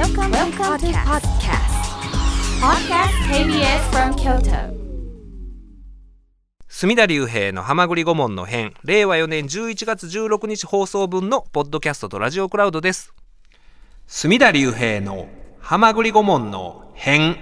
Welcome to podcast. Podcast KBS from Kyoto. 隅田隆平のはまぐり顧問の編、令和4年11月16日放送分のポッドキャストとラジオクラウドです。隅田隆平のはまぐり顧問の編。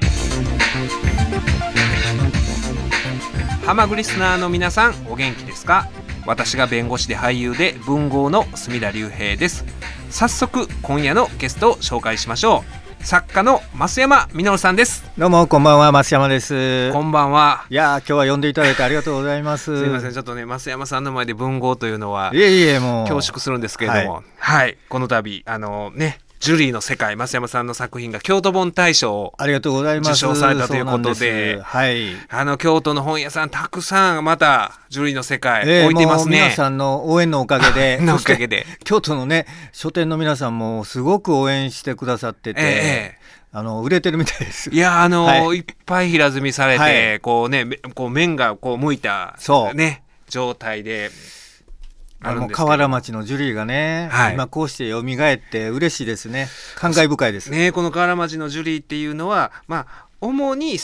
はまぐりリスナーの皆さん、お元気ですか？私が弁護士で俳優で文豪の隅田隆平です。早速今夜のゲストを紹介しましょう。作家の増山実さんです。 どうもこんばんは、増山です。 こんばんは。 いや今日は呼んでいただいてありがとうございます。 すいません、ちょっとね増山さんの前で文豪というのはもう恐縮するんですけれども、はい、この度ジュリーの世界、増山さんの作品が京都本大賞をありがとうございます。 受賞されたということで、 はい、 京都の本屋さんたくさんまたジュリーの世界置いてますね。 もう皆さんの応援のおかげでのおかげで京都のね書店の皆さんもすごく応援してくださってて、売れてるみたいです。 いやいっぱい平積みされて、こう面がこう向いたね状態で河原町のジュリーがね、今こうして蘇って嬉しいですね。感慨深いですね。 この河原町のジュリーっていうのは、主に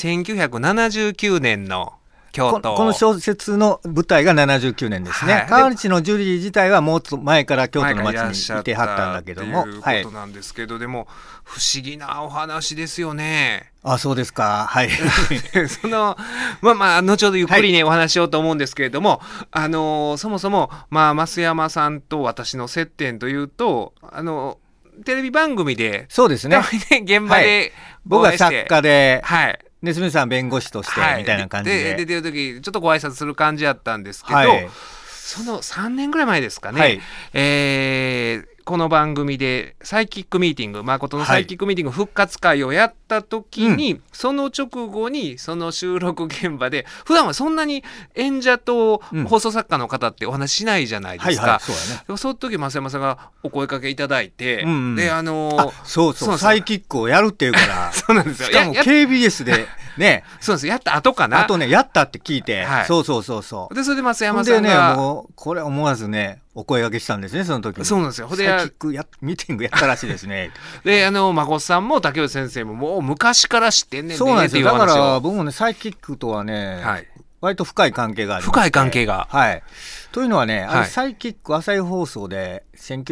1979年の京都、 この小説の舞台が79年ですね。河原町のジュリー自体はもっと前から京都の町にいてはったんだけども、 ということなんですけど、でも不思議なお話ですよね。 あ、そうですか。はい。 後ほどゆっくりね、お話しようと思うんですけれども、そもそも増山さんと私の接点というと、テレビ番組でそうですね。 現場で僕は作家で、 はい。 で住さん弁護士としてみたいな感じで、 出てる時ちょっとご挨拶する感じやったんですけど、その3年ぐらい前ですかね、この番組でサイキックミーティング、誠のサイキックミーティング復活会をやった時に、その直後にその収録現場で、普段はそんなに演者と放送作家の方ってお話しないじゃないですか。その時増山さんがお声かけいただいて、でそうサイキックをやるっていうからそうなんですよ。 しかも KBS でねそうです、やった後かな、 あとねやったって聞いて、そうでそれで増山さんがもうこれ思わずねお声掛けしたんですね、その時に。 そうなんですよ。 サイキックミーティングやったらしいですね。 で誠さんも竹内先生ももう昔から知ってんねんね。 そうなんですよ。だから僕もねサイキックとはね、割と深い関係がありまして。 深い関係が、 というのはね、サイキック朝日放送で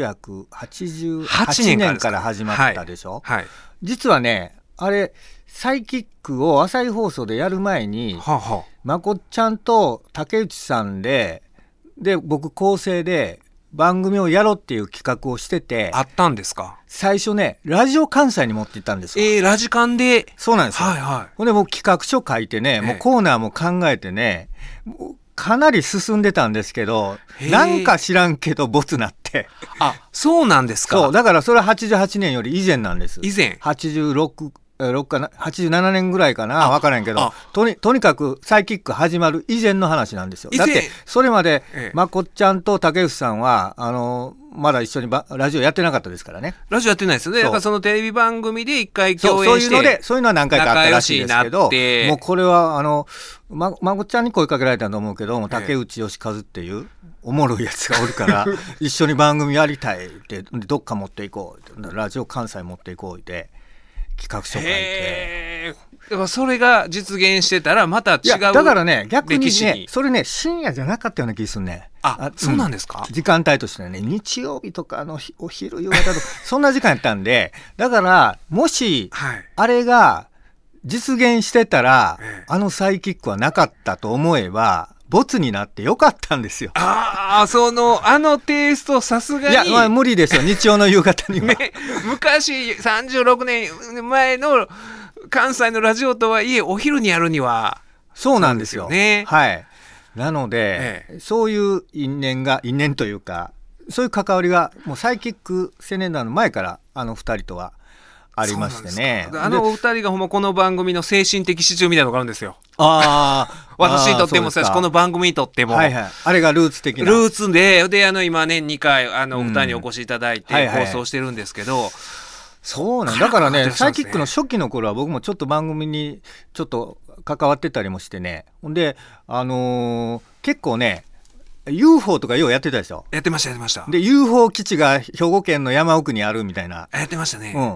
1988年から始まったでしょ。実はねあれサイキックを朝日放送でやる前に、まこっちゃんと竹内さんで僕構成で番組をやろうっていう企画をしてて。 あったんですか？ 最初ねラジオ関西に持って行ったんですよ。 ラジカンで。 そうなんですよ。ほんで僕企画書書いてね、もうコーナーも考えてね、もうかなり進んでたんですけど、なんか知らんけどボツなって。 そうなんですか？ そうだからそれは88年より以前なんです。 以前 86かな87年ぐらいかな、分からんけど、とにかくサイキック始まる以前の話なんですよ。だってそれまでまこっちゃんと竹内さんはまだ一緒にラジオやってなかったですからね。 ラジオやってないですよね。だからそのテレビ番組で一回共演してそういうのは何回かあったらしいですけど、もうこれはまこっちゃんに声かけられたと思うけども、竹内義和っていうおもろいやつがおるから一緒に番組やりたいってどっか持っていこうって、ラジオ関西持っていこうって企画書書いて。 だからそれが実現してたらまた違う歴史に。 だからね逆にねそれね深夜じゃなかったような気がするね。 そうなんですか？ 時間帯としてはね日曜日とかお昼夕方とそんな時間やったんで、だからもしあれが実現してたら、サイキックはなかったと思えばボツになってよかったんですよ。 テイストさすがに。 いや、無理ですよ、日曜の夕方には。 昔36年前の関西のラジオとはいえお昼にやるには。 そうなんですよね。 なので、そういう因縁というか、そういう関わりがもうサイキック青年団の前から2人とはありましてね。 お二人がほんまこの番組の精神的支柱みたいなのがあるんですよ。私にとってもそうし、この番組にとっても、 あれがルーツ的なルーツで今年2回お二人にお越しいただいて放送してるんですけど、 そうなんだからね、サイキックの初期の頃は僕もちょっと番組にちょっと関わってたりもしてね。ほんで結構ね UFO とかようやってたでしょ。 やってました。 で UFO 基地が兵庫県の山奥にあるみたいなやってましたね。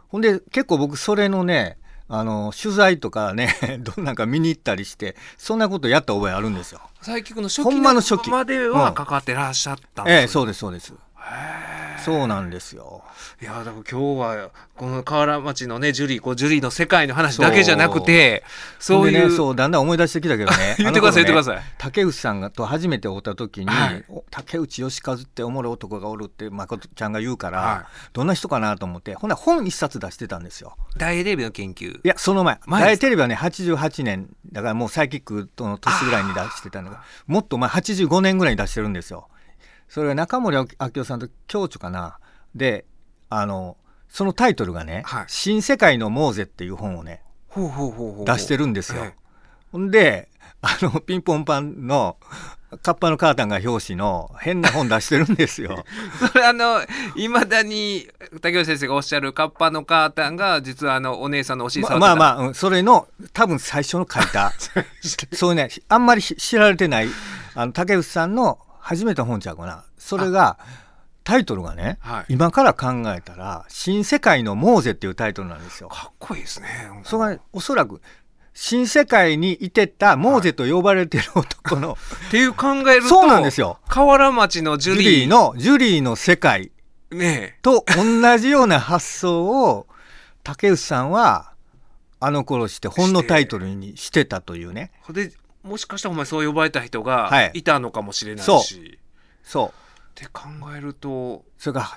ほんで結構僕それのね取材とかねなんか見に行ったりしてそんなことやった覚えあるんですよ。 サイキックの初期まではかかってらっしゃったんですそうですそうです。そうなんですよ。 いやだから今日はこの河原町のねジュリーの世界の話だけじゃなくてそういう、 ね、そうだんだん思い出してきたけどね言ってください、言ってください。 竹内さんと初めて会った時に、竹内義和っておもろい男がおるって誠ちゃんが言うから、どんな人かなと思ってほんなら本一冊出してたんですよ。 大英テレビの研究。 いやその前大英テレビはね88年だからもうサイキックとの年ぐらいに出してたのがもっと前85年ぐらいに出してるんですよ。それは中森明夫さんと共著かなでそのタイトルがね、新世界のモーゼっていう本をね出してるんですよ。ほんでピンポンパンのカッパのカータンが表紙の変な本出してるんですよ。 それいまだに竹内先生がおっしゃるカッパのカータンが実はお姉さんのお尻触ってたそれの多分最初の書いたそういうねあんまり知られてない竹内さんの初めての本ちゃうかな。それがタイトルがね、今から考えたら新世界のモーゼっていうタイトルなんですよ。 かっこいいですね。 それが、ね、おそらく新世界にいてたモーゼと呼ばれてる男の、 っていう考えるとそうなんですよ。 河原町のジュリーの世界と同じような発想を竹内さんは頃して本のタイトルにしてたというね。 でもしかしたらお前そう呼ばれた人がいたのかもしれないし、 そうって考えるとそれが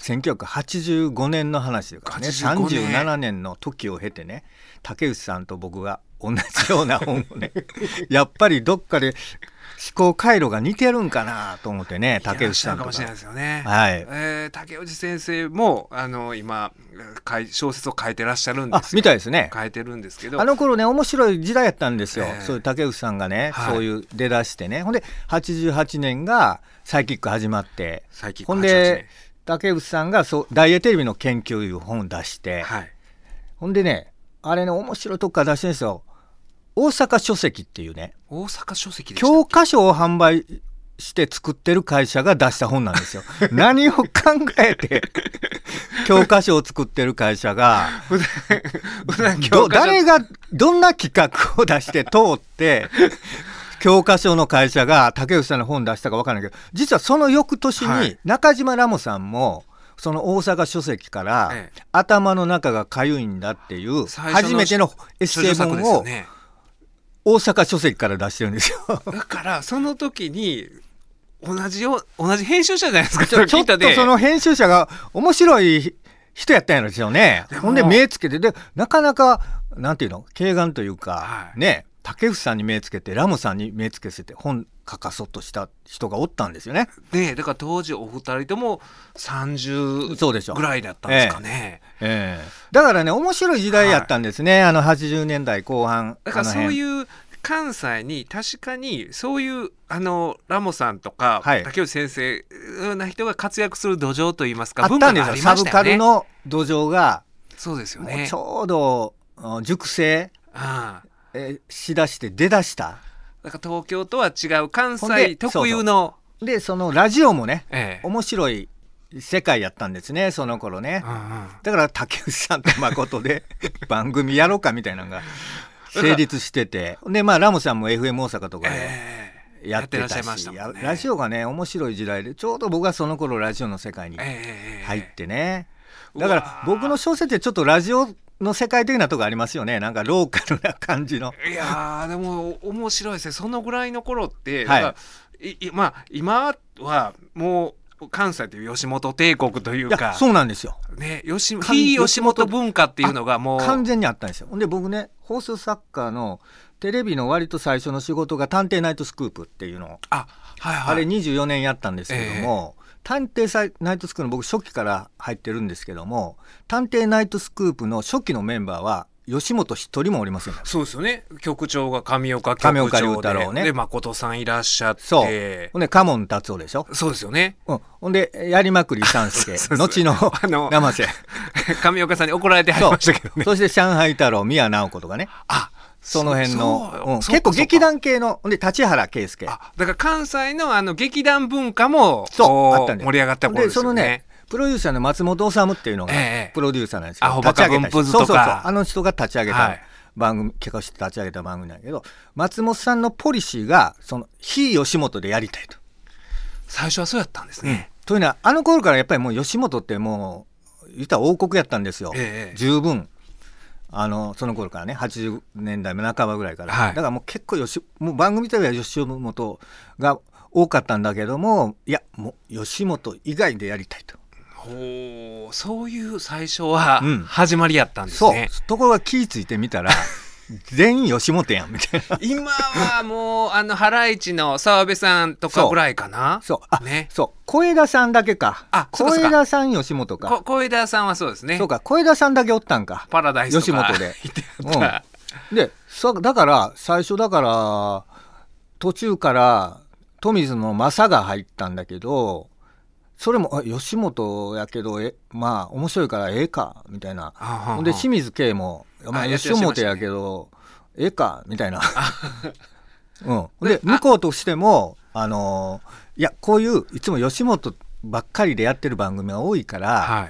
1985年の話だからね。37年の時を経てね竹内さんと僕が同じような本をねやっぱりどっかで思考回路が似てるんかなと思ってね竹内さんとか。 かもしれないですよね。竹内先生も今小説を書いてらっしゃるんですよ。 みたいですね。 書いてるんですけど頃ね面白い時代やったんですよ。そういう竹内さんがね、そういう出だしてねほんで88年がサイキック始まってほんで竹内さんが大英テレビの研究いう本を出して、ほんでねあれね面白いとこから出してるんですよ。大阪書籍っていうね大阪書籍で教科書を販売して作ってる会社が出した本なんですよ。何を考えて教科書を作ってる会社が誰がどんな企画を出して通って教科書の会社が竹内さんの本出したか分からないけど実はその翌年に中島ラモさんもその大阪書籍から、頭の中がかゆいんだっていう初めてのエッセイ本を大阪書籍から出してるんですよ。 だからその時に同じ編集者じゃないですか。 ちょっとその編集者が面白い人やったんやろですよね。ほんで目つけてでなかなかなんていうの軽眼というか、ね竹内さんに目つけてラモさんに目つけて本書かそうとした人がおったんですよね。 でだから当時お二人とも30ぐらいだったんですかね。 だからね面白い時代やったんですね、80年代後半。 だからそういう関西に確かにそういうラモさんとか、竹内先生な人が活躍する土壌といいますか文化がありましたよね。サブカルの土壌がそうですよね。 ちょうど熟成しだして出だした。 だから東京とは違う関西特有のでそのラジオもね、面白い世界やったんですねその頃ね、だから竹内さんと誠で番組やろうかみたいなのが成立しててでラモさんも FM 大阪とかでやってたし、ラジオがね面白い時代でちょうど僕はその頃ラジオの世界に入ってね、だから僕の小説ってちょっとラジオの世界的なとこありますよね。なんかローカルな感じの。 いやでも面白いですね。そのぐらいの頃って、今はもう関西という吉本帝国というかそうなんですよ、 ね、非吉本文化っていうのがもう完全にあったんですよ。で僕ね放送作家のテレビの割と最初の仕事が探偵ナイトスクープっていうのあれ24年やったんですけども、探偵ナイトスクープの僕初期から入ってるんですけども探偵ナイトスクープの初期のメンバーは吉本一人もおりません。 そうですよね。局長が上岡局長で誠さんいらっしゃって、 そうほんで嘉門達夫でしょ。 そうですよね、 ほんでやりまくり三助後の生瀬上岡さんに怒られてはりましたけどね。 そして上海太郎宮直子とかねその辺の結構劇団系ので立原圭介だから関西の劇団文化もあったんで盛り上がった頃ですよね。でそのねプロデューサーの松本治っていうのがプロデューサーなんですけど、 アホバカ分布図とか、 そうあの人が立ち上げた番組、結婚して立ち上げた番組なんだけど、松本さんのポリシーがその非吉本でやりたいと。 最初はそうやったんですね。 というのはあの頃からやっぱりもう吉本ってもう言ったら王国やったんですよ、十分その頃からね、80年代半ばぐらいから、だからもう結構もう番組といえば吉本が多かったんだけども、いやもう吉本以外でやりたいと。 そういう最初は始まりやったんですね。 そうところが気ぃついてみたら全員吉本やんみたいな。 今はもうハライチの澤部さんとかぐらいかな。 そう小枝さんだけか。小枝さん吉本か。 小枝さんはそうですね。 そうか、小枝さんだけおったんか、 パラダイスとか吉本で。でだから最初途中から富水の正が入ったんだけど、それも吉本やけどまあ面白いからええかみたいな。で清水圭も吉本やけどええかみたいな。で向こうとしてもいやこういういつも吉本ばっかりでやってる番組が多いから、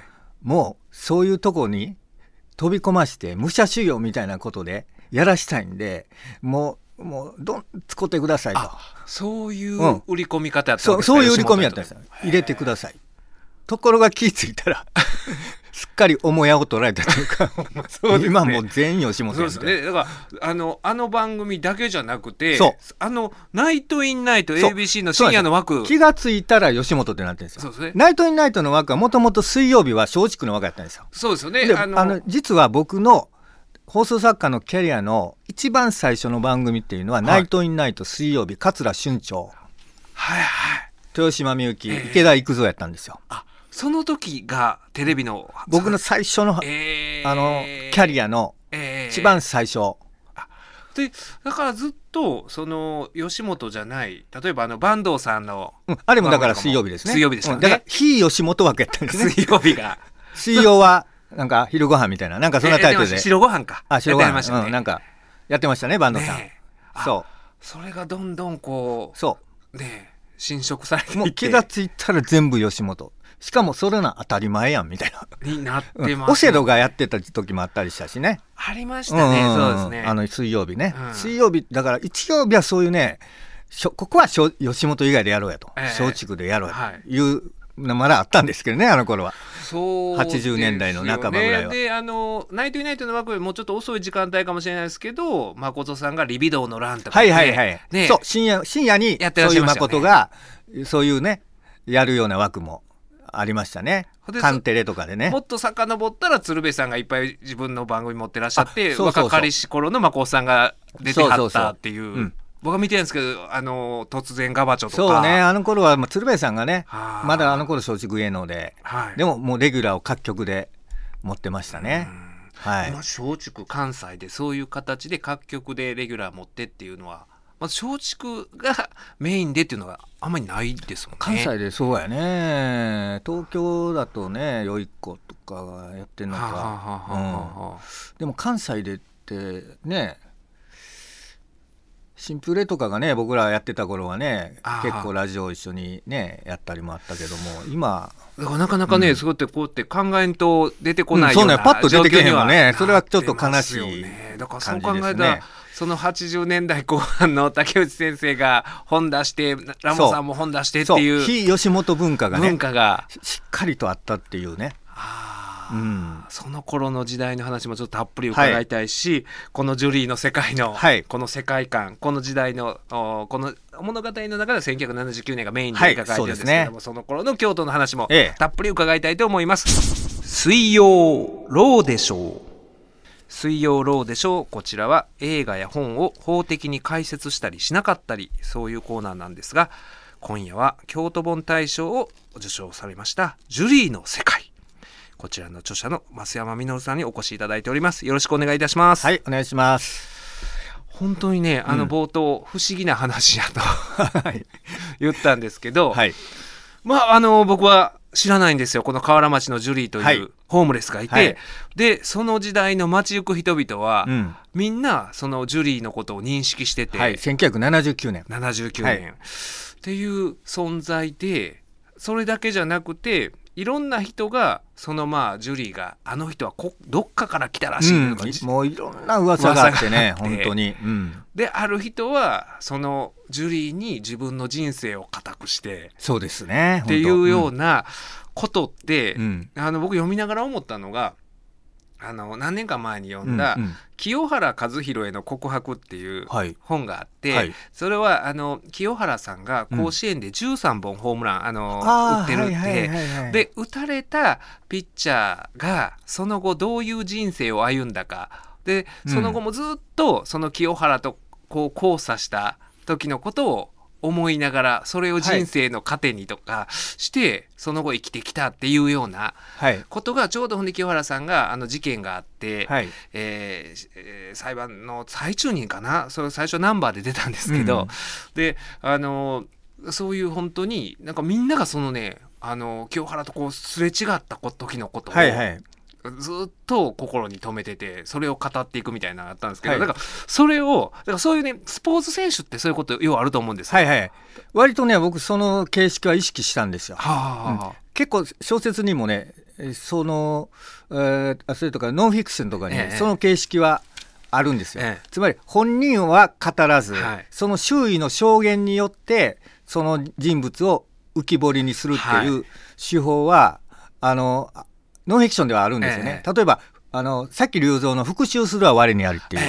もうそういうとこに飛び込まして武者修行みたいなことでやらしたいんで、もうどん使ってくださいと。 そういう売り込み方やったんですか。 そういう売り込みやったんですよ。入れてください。ところが気付いたらすっかり母屋を取られたというかそうです、ね、今もう全員吉本やん。 そうですね。だからあの番組だけじゃなくて、ナイトインナイト ABC の深夜の枠、 気がついたら吉本ってなってるんですよ。そうですね。ナイトインナイトの枠はもともと水曜日は松竹の枠やったんですよ。 そうですよね。 実は僕の放送作家のキャリアの一番最初の番組っていうのは、ナイトインナイト水曜日桂春長、豊島みゆき、池田育三やったんですよ。 その時がテレビの僕の最初の、キャリアの一番最初、 でだからずっとその吉本じゃない、例えば坂東さんの、 あれもだから水曜日ですね。 水曜日ですよね。 だから非吉本枠やったんですね。 水曜日が水曜はなんか昼ご飯みたいな、なんかそんなタイトルで、 白ご飯か、 白ご飯やってましたね。 なんかやってましたね、坂東さん。 それがどんどんこう侵食されていって、 もう気がついたら全部吉本、しかもそれが当たり前やんみたいなになってます。 オセロがやってた時もあったりしたしね。 ありましたね。そうですね。 水曜日ね、水曜日だから一曜日はそういうね、ここは吉本以外でやろうやと、松竹でやろうやというまだあったんですけどね、あの頃は。80年代の半ばぐらいは。 でナイトインナイトの枠よりもうちょっと遅い時間帯かもしれないですけど、誠さんがリビドーの乱とかそう深夜にそういう誠がそういうねやるような枠もありましたね。カンテレとかでね。 もっと遡ったら鶴瓶さんがいっぱい自分の番組持ってらっしゃって、若かりし頃の誠さんが出てはったっていう。僕は見てるんですけど、突然ガバチョとか。 そうね、あの頃は鶴瓶さんがね、まだあの頃松竹芸能で、でももうレギュラーを各局で持ってましたね。 今松竹関西でそういう形で各局でレギュラー持ってっていうのは、まず松竹がメインでっていうのがあんまりないですもんね。 関西でそうやね。東京だとね、よい子とかがやってるのか。でも関西でってね、シンプレとかがね、僕らやってた頃はね、結構ラジオ一緒にねやったりもあったけども、今なかなかね、そうやってこうやって考えんと出てこないようなパッと出てけへんもんね。それはちょっと悲しい感じですね。 だからそう考えたら、その80年代後半の竹内先生が本出して、ラモさんも本出してっていう非吉本文化がね、 しっかりとあったっていうね。 その頃の時代の話もちょっとたっぷり伺いたいし、このジュリーの世界の、この世界観、この時代のこの物語の中では1979年がメインで描かれてるんですけども、その頃の京都の話もたっぷり伺いたいと思います。水曜ローでしょう。水曜ローでしょう。こちらは映画や本を法的に解説したりしなかったり、そういうコーナーなんですが、今夜は京都本大賞を受賞されましたジュリーの世界、こちらの著者の増山実さんにお越しいただいております。よろしくお願いいたします。 はい、お願いします。 本当にね、冒頭不思議な話やと言ったんですけど、僕は知らないんですよ。この河原町のジュリーというホームレスがいて、でその時代の街行く人々は、みんなそのジュリーのことを認識してて、 1979年っていう存在で、それだけじゃなくていろんな人がそのジュリーがあの人はどっかから来たらしいとか、 もういろんな噂があってね本当に、 である人はそのジュリーに自分の人生を固くしてそうですねっていうようなことって、僕読みながら思ったのが何年か前に読んだ清原和博への告白っていう本があって、それは清原さんが甲子園で13本ホームラン打ってるってで打たれたピッチャーがその後どういう人生を歩んだかでその後もずっとその清原とこう交差した時のことを思いながらそれを人生の糧にとかしてその後生きてきたっていうようなことがちょうどほんで清原さんが事件があって、裁判の最中にかなそれ最初ナンバーで出たんですけど、でそういう本当になんかみんながそのね清原とこうすれ違った時のことを、ずっと心に留めててそれを語っていくみたいなのがあったんですけど、だからそれをだからそういうねスポーツ選手ってそういうことようあると思うんですよ。 割とね僕その形式は意識したんですよ。結構小説にもねそれとかノンフィクションとかに、その形式はあるんですよ。つまり本人は語らず、その周囲の証言によってその人物を浮き彫りにするっていう手法は、ノンフィクションではあるんですよね。例えばさっき龍造の復讐するは我にありっていう、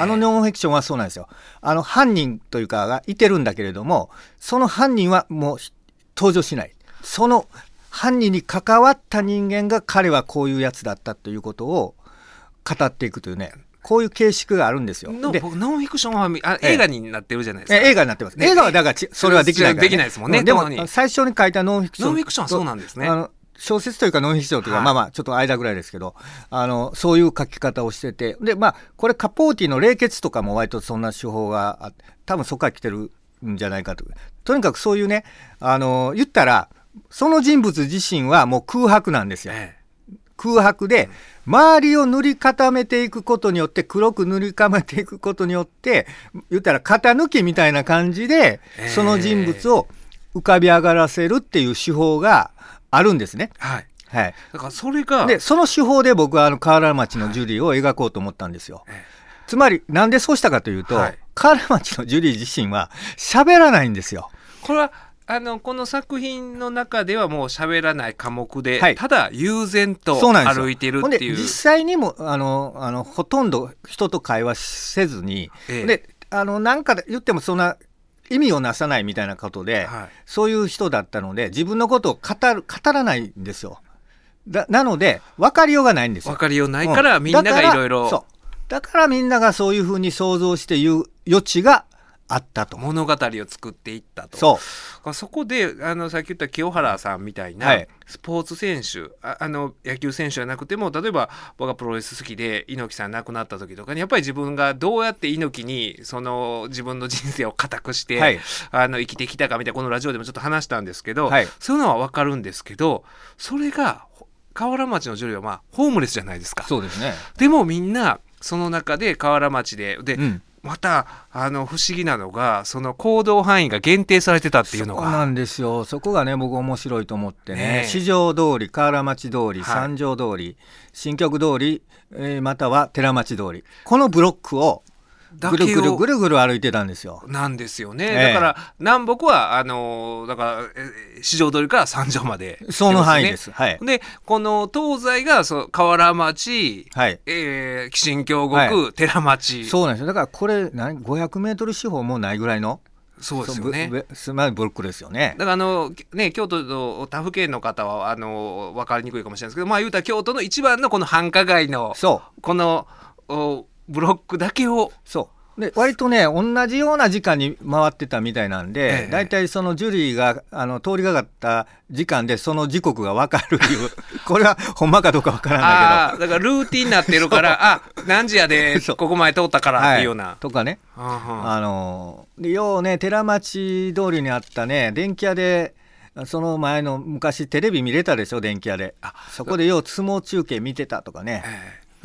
ノンフィクションはそうなんですよ。犯人というかがいてるんだけれどもその犯人はもう登場しない。その犯人に関わった人間が彼はこういうやつだったということを語っていくというねこういう形式があるんですよ。 ノンフィクションは映画になってるじゃないですか。 映画になってます。映画はだからそれはできないから、 できないですもんね。 でも最初に書いたノンフィクションはそうなんですね。 小説というかノンフィクションというか、ちょっと間ぐらいですけどそういう書き方をしててでこれカポーティの冷血とかも割とそんな手法があって多分そこから来てるんじゃないかと。とにかくそういうね言ったらその人物自身はもう空白なんですよ。空白で周りを塗り固めていくことによって黒く塗り固めていくことによって言ったら型抜きみたいな感じでその人物を浮かび上がらせるっていう手法があるんですね。 だからそれがでその手法で僕は河原町のジュリーを描こうと思ったんですよ。つまりなんでそうしたかというと、河原町のジュリー自身は喋らないんですよ。 これはこの作品の中ではもう喋らない科目で、ただ悠然と歩いてるっていう。 実際にもほとんど人と会話せずに、でなんか言ってもそんな意味をなさないみたいなことで、そういう人だったので自分のことを語らないんですよ。なので分かりようがないんですよ。 分かりようないから、みんながいろいろだからみんながそういうふうに想像して言う余地があったと物語を作っていったと。そこでさっき言った清原さんみたいなスポーツ選手、野球選手じゃなくても例えば僕がプロレス好きで猪木さん亡くなった時とかにやっぱり自分がどうやって猪木にその自分の人生を固くして、生きてきたかみたいなこのラジオでもちょっと話したんですけど、そういうのは分かるんですけどそれが河原町のジュリーはホームレスじゃないですか。 そうですね。 でもみんなその中で河原町で、また不思議なのがその行動範囲が限定されてたっていうのがそうなんですよ。そこがね僕面白いと思ってね四条通り河原町通り三条通り、新局通り、または寺町通りこのブロックをぐるぐる歩いてたんですよ。 なんですよね。だから南北はだから四条通りから三条まで、 その範囲です。 でこの東西が河原町、新京極、寺町。 そうなんですよ。だからこれ500メートル四方もないぐらいのそうですよね。 すまいブロックですよね。 だから京都の他府県の方は分かりにくいかもしれないですけど言うたら京都の一番のこの繁華街のこのブロックだけをで割とね同じような時間に回ってたみたいなんで、だいたいそのジュリーが通りがかった時間でその時刻が分かるいうこれはほんまかどうか分からんだけどだからルーティンになってるから何時やでここ前通ったからっていうような、 とかねでようね寺町通りにあったね電気屋でその前の昔テレビ見れたでしょ電気屋でそこでよう相撲中継見てたとかね、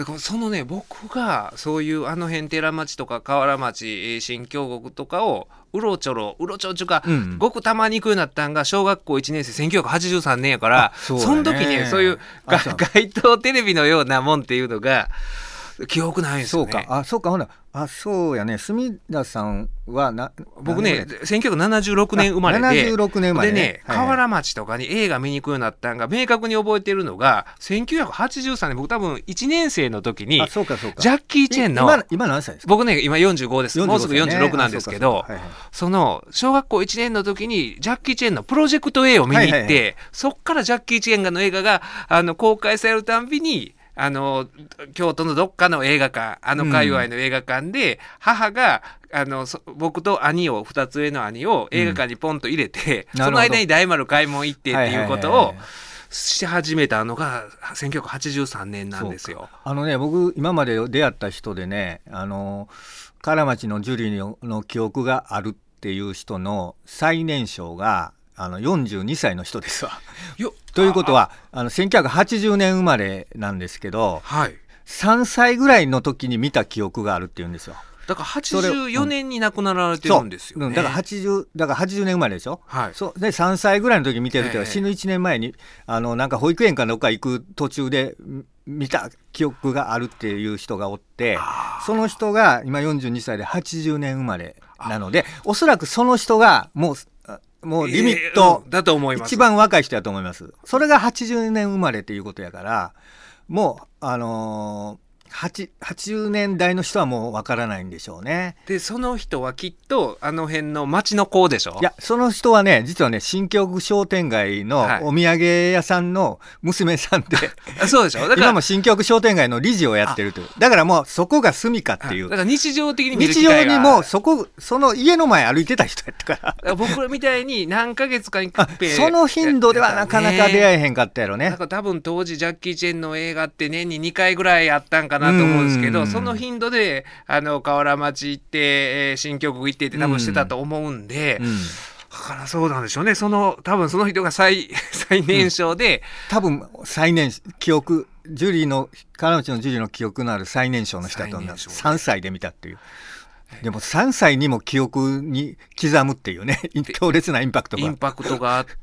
だからそのね、僕がそういうあの辺寺町とか河原町、新京極とかをうろちょろっていうか、ごくたまに行くようになったんが小学校1年生1983年やから、その時ね、そういう街頭テレビのようなもんっていうのが記憶ないんですよね。 そうかほらそうやね。住田さんは僕ね1976年生まれで、 76年生まれね、 河原町とかに映画見に行くようになったんが明確に覚えてるのが1983年、僕多分1年生の時にジャッキー・チェンの今何歳ですか？ 僕ね今45です。もうすぐ46なんですけど、その小学校1年の時にジャッキー・チェンのプロジェクト A を見に行って、そっからジャッキー・チェンの映画が公開されるたんびに京都のどっかの映画館、界隈の映画館で、母が僕と2つ上の兄を映画館にポンと入れて、その間に大丸買い物行ってっていうことをし始めたのが1983年なんですよ。 僕今まで出会った人でね、河原町のジュリーの記憶があるっていう人の最年少が42歳の人ですわ。ということは1980年生まれなんですけど、3歳ぐらいの時に見た記憶があるっていうんですよ。 だから84年に亡くなられてるんですよね。 だから80年生まれでしょ、そうで3歳ぐらいの時見てると、死ぬ1年前になんか保育園かどっか行く途中で見た記憶があるっていう人がおって、その人が今42歳で80年生まれなので、おそらくその人がもうリミット、 だと思います。 一番若い人だと思います。それが80年生まれっていうことやから、もう80年代の人はもうわからないんでしょうね。 でその人はきっと辺の町の子でしょ。 いや、その人はね、実はね、新京極商店街のお土産屋さんの娘さんで、 そうでしょ。だから今も新京極商店街の理事をやってるという。だからもうそこが住みかっていう。 だから日常的に見る機会が、 日常にもその家の前歩いてた人やったから。 僕らみたいに何ヶ月かにその頻度ではなかなか出会えへんかったやろね。 だから多分当時ジャッキー・チェンの映画って年に2回ぐらいあったんかなと思うんですけど、その頻度で河原町行って、新京極行ってって多分してたと思うんで、だからそうなんでしょうね。多分その人が最年少で、 多分記憶河原町のジュリーの記憶のある最年少の人だと思います。3歳で見たっていう。でも3歳にも記憶に刻むっていうね、強烈なインパクトがあって、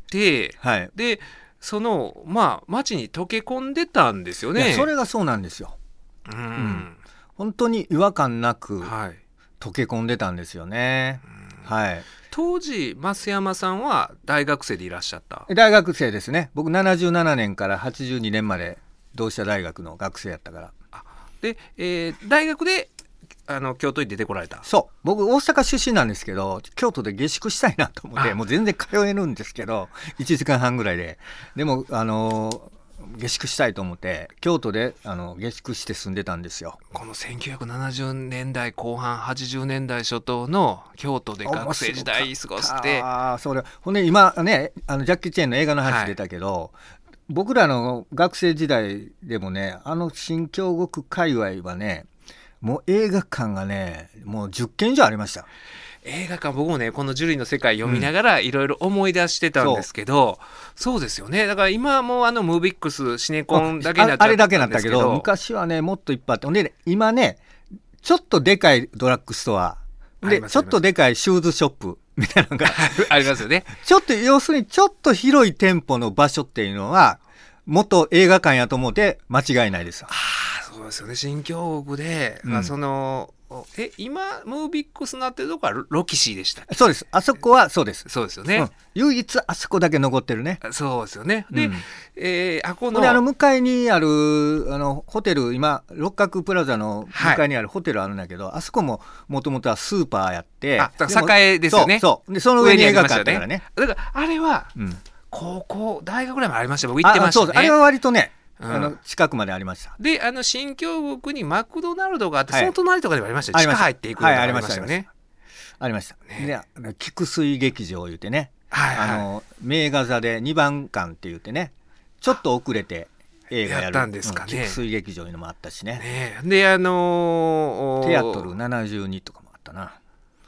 で町に溶け込んでたんですよね。 それがそうなんですよ。本当に違和感なく溶け込んでたんですよね。 当時増山さんは大学生でいらっしゃった？ 大学生ですね。僕77年から82年まで同志社大学の学生やったから。 で、大学で京都に出てこられた？ そう、僕大阪出身なんですけど、京都で下宿したいなと思って、もう全然通えるんですけど、1時間半ぐらいで。でも下宿したいと思って京都で下宿して住んでたんですよ。 この1970年代後半80年代初頭の京都で学生時代過ごして、 ほんで今ね、ジャッキー・チェンの映画の話出たけど、僕らの学生時代でもね、新京極界隈はね、もう映画館がねもう10軒以上ありました。 映画館、僕もねこのジュリーの世界読みながらいろいろ思い出してたんですけど、そうですよね。だから今はもうムービックスシネコンだけになっちゃったんですけど、 あれだけになったけど、昔はねもっといっぱいあって、で今ねちょっとでかいドラッグストアでちょっとでかいシューズショップみたいなのがありますよね。 要するにちょっと広い店舗の場所っていうのは元映画館やと思って間違いないです。 そうですよね。新京極で、今ムービックスになってるとこはロキシーでしたっけ？ そうです。あそこはそうです。 そうですよね。 唯一あそこだけ残ってるね。 そうですよね。で、 向かいにあるホテル、今六角プラザの向かいにあるホテルあるんだけど、あそこももともとはスーパーやって、 栄ですよね。 でその上に映画館あったからね。 だからあれは高校大学ぐらいまでありました。僕行ってましたね。 あれは割とね近くまでありました。 で新京極にマクドナルドがあって、その隣とかでもありましたよ。地下入っていくのがありましたよね。 ありました。で菊水劇場言うてね、名画座で2番館って言ってね、ちょっと遅れて映画やるったんですかね。 菊水劇場いうのもあったしね。 でテアトル72とかもあったな。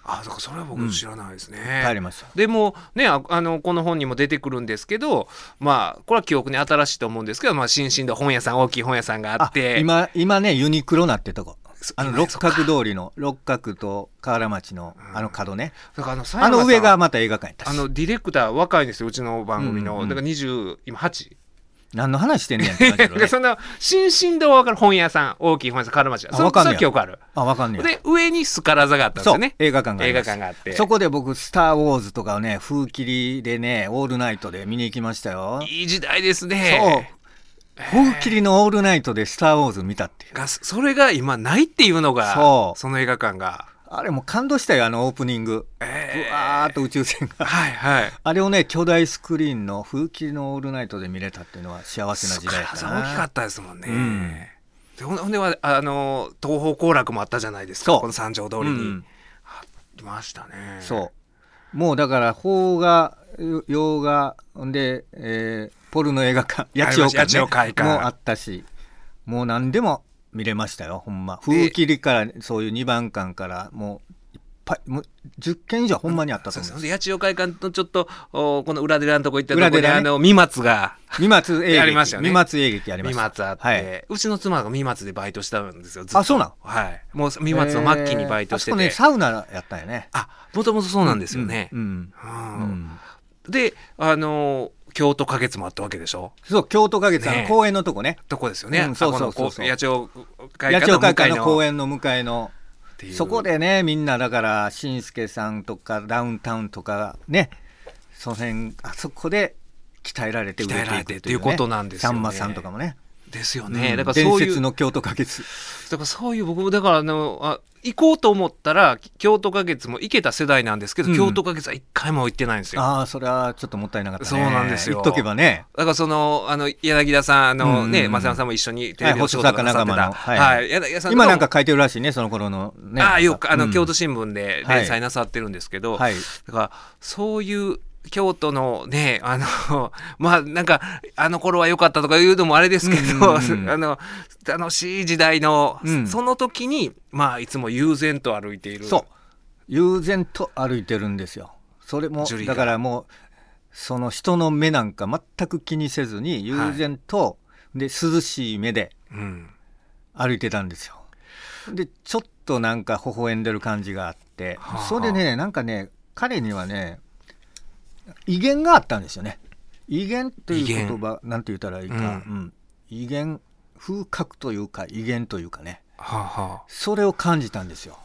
だからそれは僕知らないですね。 帰りました。 でもね、この本にも出てくるんですけど、まあこれは記憶に新しいと思うんですけど、まあ新進堂本屋さん、大きい本屋さんがあって、 今ねユニクロなってとこ、六角通りの六角と河原町の角ね、 だから上がまた映画館やったし、 ディレクター若いんですよ、うちの番組の、だから今8。 何の話してんねんって感じだろうね。 そんな新進堂は分かる、本屋さん、大きい本屋さん、河原町はその記憶ある。 分かんねや。 で上にスカラ座があったんですよね。 映画館があって、 そこで僕スター・ウォーズとかをね風切りでねオールナイトで見に行きましたよ。 いい時代ですね。 風切りのオールナイトでスター・ウォーズ見たっていう、 それが今ないっていうのが、その映画館があれもう感動したよ、オープニング、ふわーっと宇宙船が、あれをね巨大スクリーンの風切りのオールナイトで見れたっていうのは幸せな時代だったな。 大きかったですもんね。ほんでは東宝後楽もあったじゃないですか、この三条通りに、ありましたね。 そうもうだから邦画洋画で、ポルノ映画館八千代会館もあったし、もう何でも見れましたよ、ほんま。風切りからそういう2番館からもういっぱい、もう10件以上ほんまにあったと思う。 八千代会館とちょっとこの裏寺のとこ行ったところで、三松が三松映劇ありましたよね。 三松映劇ありました。 三松あって、うちの妻が三松でバイトしたんですよ、ずっと。 あ、そうなん。 はい。もう三松の末期にバイトしてて、 あそこねサウナやったんよね。 もともとそうなんですよね。で京都花月もあったわけでしょ。 そう、京都花月、公園のとこね。 とこですよね。 そう。 八千代会館の公園の向かいの。そこでね、みんなだから紳助さんとかダウンタウンとかね、その辺あそこで鍛えられて売れていくっていうことなんですよね。さんまさんとかもね。 ですよね。だから伝説の京都花月。 だからそういう僕もだから行こうと思ったら京都花月も行けた世代なんですけど、京都花月は一回も行ってないんですよ。 それはちょっともったいなかったね。 そうなんですよ。 行っとけばね。 だから柳田さんね、増山さんも一緒にテレビお仕事なさってた。 今なんか書いてるらしいね、その頃のね。 よく京都新聞で連載なさってるんですけど、だからそういう京都のね、まあなんか頃は良かったとかいうのもあれですけど、楽しい時代の、その時にまあいつも悠然と歩いている。 そう、悠然と歩いてるんですよ。それもだからもうその人の目なんか全く気にせずに悠然と、で涼しい目で歩いてたんですよ。でちょっとなんか微笑んでる感じがあって、それでね、なんかね、彼にはね威厳があったんですよね。威厳という言葉なんて言ったらいいか、威厳、風格というか威厳というかね、それを感じたんですよ。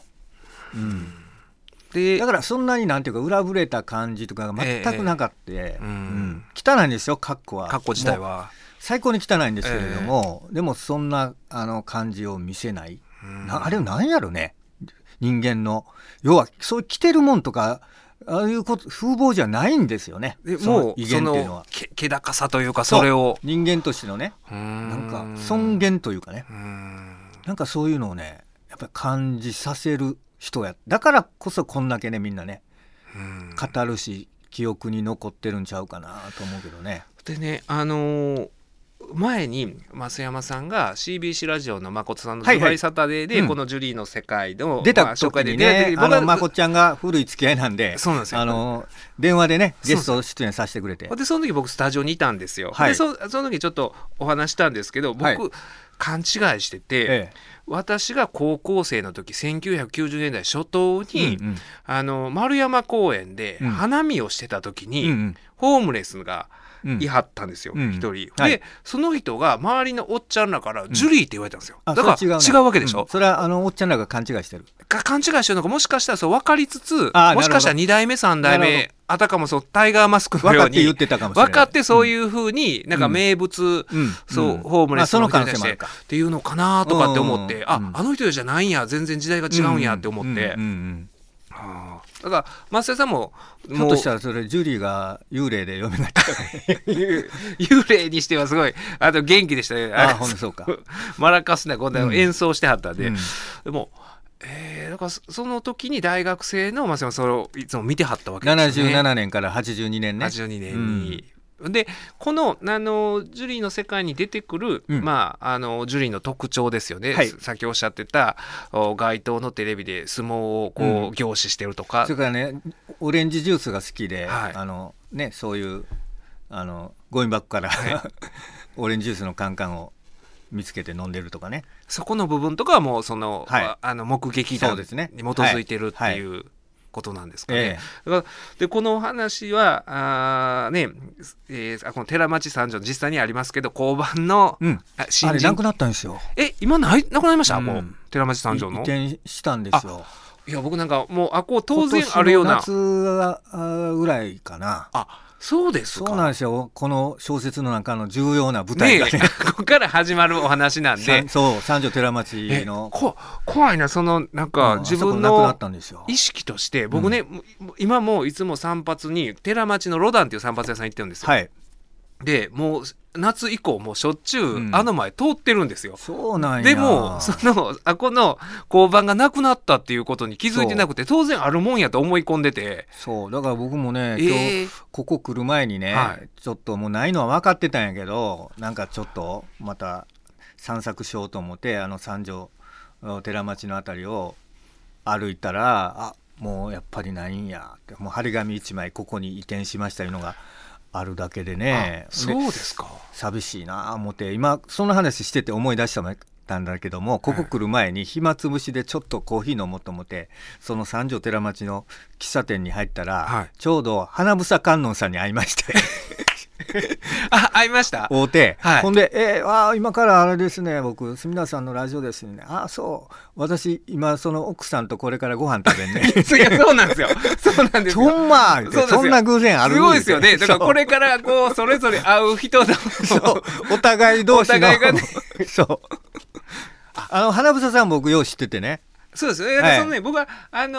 でだからそんなになんていうか裏ぶれた感じとかが全くなかった、汚いんですよ、格好自体は最高に汚いんですけれども、でもそんな感じを見せない、あれは何やろね、人間の要はそういう着てるもんとかああいうこと風貌じゃないんですよね。 もうその気高さというか、それを人間としてのね、なんか尊厳というかね、なんかそういうのをねやっぱり感じさせる人や。だからこそこんだけねみんなね語るし記憶に残ってるんちゃうかなと思うけどね。 でね、前に増山さんが CBC ラジオの誠さんのズバリサタデーでこのジュリーの世界の出た時にね、誠ちゃんが古い付き合いなんで、 そうなんですよ、 電話でねゲスト出演させてくれて、 でその時僕スタジオにいたんですよ。でその時ちょっとお話したんですけど、僕、勘違いしてて、私が高校生の時1990年代初頭に、丸山公園で花見をしてた時に、ホームレスがいはったんですよ、一人で、その人が周りのおっちゃんらからジュリーって言われたんですよ。だから違うわけでしょ。 それはおっちゃんらが勘違いしてる、 勘違いしてるのか、もしかしたらそう分かりつつ、もしかしたら2代目3代目あたかもそうタイガーマスクのように分かってそういうふうになんか名物、そうホームレスの人に対してっていうのかなとかって思って、あの人じゃないんや、全然時代が違うんやって思って、だから増田さんもひょっとしたらそれジュリーが幽霊で蘇った幽霊にしてはすごい元気でしたね。 ほんとそうかマラカスでこんな演奏してはったんで、でもだからその時に大学生の増山さんそれをいつも見てはったわけですね。 77年から82年ね。 82年に、 でこの、ジュリーの世界に出てくる、ジュリーの特徴ですよね、はい、さっきおっしゃってた街頭のテレビで相撲をこう、凝視してるとか、 それからねオレンジジュースが好きで、はい、そういうゴミ箱から、はい、オレンジジュースのカンカンを見つけて飲んでるとかね、 そこの部分とかはもうはい、目撃談に基づいてるっていう、はいことなんですかね。でこの話はこの寺町三条実際にありますけど交番の、 あれなくなったんですよ。 今なくなりました、もう寺町三条の移転したんですよ。 いや僕なんかもう当然あるような今年の夏ぐらいかな。 そうですか。 そうなんですよ。この小説の中の重要な舞台がねここから始まるお話なんでそう三条寺町の怖いな、なんか自分の意識として僕ね、今もいつも散髪に寺町のロダンっていう散髪屋さん行ってるんですよ、はい、でもう夏以降もうしょっちゅう前通ってるんですよ、 そうなんや。 でもこの交番がなくなったっていうことに気づいてなくて、当然あるもんやと思い込んでて、 そうだから僕もね、今日ここ来る前にね、はい、ちょっともうないのは分かってたんやけど、なんかちょっとまた散策しようと思って三条寺町のあたりを歩いたら、もうやっぱりないんやって、もう張り紙1枚ここに移転しましたいうのがあるだけでね。 そうですか。 寂しいな思って今その話してて思い出したんだけども、ここ来る前に暇つぶしでちょっとコーヒー飲もうと思ってその三条寺町の喫茶店に入ったら、はい、ちょうど花房観音さんに会いまして会いました。 会うて、はい、ほんで今からあれですね、僕住田さんのラジオですね。そう私今その奥さんとこれからご飯食べんねいやそうなんですよ。そうなんですよ。 そんな偶然あるんですよ。 すごいですよね。だからこれからこうそれぞれ会う人のお互い同士のお互いがねそう花房さん僕よう知っててね。 そうですよね。はい、僕は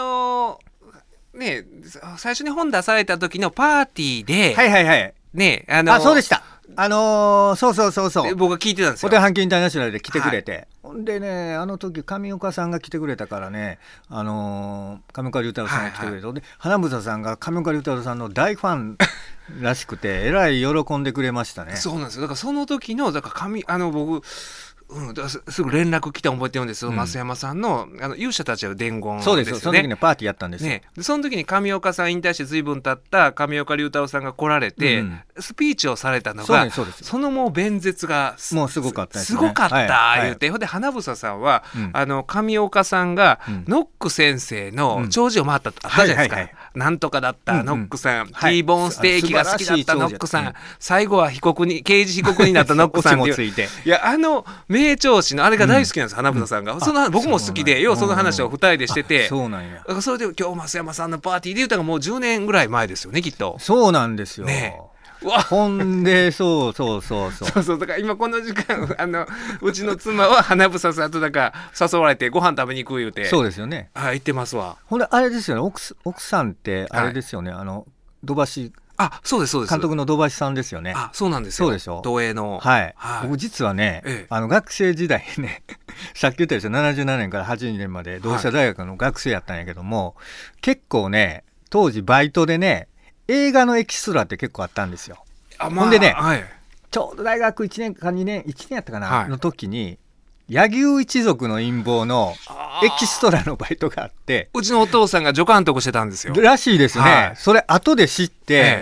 最初に本出された時のパーティーではいはいはいね、 そうでした。そう僕が聞いてたんですよ。 ホテル阪急インターナショナルで来てくれて、ほんでね、あの時上岡さんが来てくれたからね、上岡龍太郎さんが来てくれて、で花房さんが上岡龍太郎さんの大ファンらしくてえらい喜んでくれましたね。 そうなんですよ。だからその時の僕すぐ連絡来た覚えてるんですよ、増山さんの勇者たちは伝言ですよね。 そうです、その時にパーティーやったんですよ、 ね、でその時に上岡さん引退して随分経った上岡龍太郎さんが来られて、スピーチをされたのがそのもう弁舌がもうすごかったですね。 すごかった、言うて、ほんで花房さんは、上岡さんが、ノック先生の弔辞を回ったとあったじゃないですか、なんとかだったノックさん、T ボーンステーキが好きだったノックさん、最後は刑事被告になったノックさんっていういや名調子のあれが大好きなんです、花房さんが。僕も好きで、その話を2人でしてて、 そうなんや。 それで今日増山さんのパーティーで言うたらもう10年ぐらい前ですよね、きっと。 そうなんですよ、 ね、 ほんでそうだから今この時間うちの妻は花房さんとだから誘われてご飯食べに行く言うて。 そうですよね。 行ってますわ。 ほんであれですよね、奥さんってあれですよね、土橋そうです監督の土橋さんですよね。 そうなんですよ。 そうでしょ。 東映の、 僕実はね、学生時代ねさっき言ったでしょ、77年から82年まで同志社大学の学生やったんやけども、結構ね当時バイトでね映画のエキストラって結構あったんですよ。ほんでね、ちょうど大学1年か1年やったかな、の時に柳生一族の陰謀のエキストラのバイトがあって、 うちのお父さんが助監督してたんですよ。 らしいですね、それ後で知って、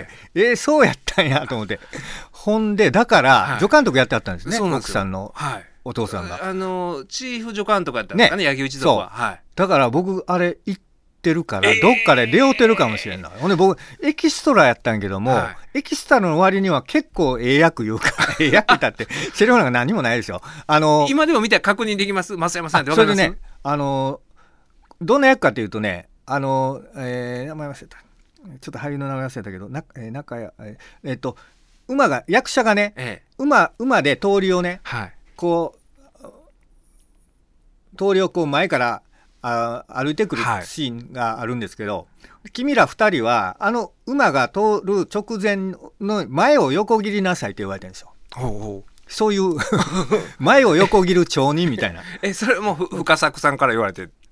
そうやったんやと思ってほんでだから助監督やってあったんですね、奥さんのお父さんが、 チーフ助監督やったんですかね、柳生一族は。 だから僕あれ行ってるから、どっかで出会うてるかもしれない。ほんで僕エキストラやったんやけども、エキストラの割には結構役言うから役だってセリフなんか何もないですよ。 今でも見たら確認できます、増山さんって分かります？ それでね、どんな役かというとね、名前忘れた、ちょっと俳優の名前忘れたけど、馬が役者がね、馬で通りをね、こう通りをこう前から歩いてくるシーンがあるんですけど、君ら2人は馬が通る直前の前を横切りなさいって言われてるんですよ。そういう前を横切る町人みたいなそれも深作さんから言われて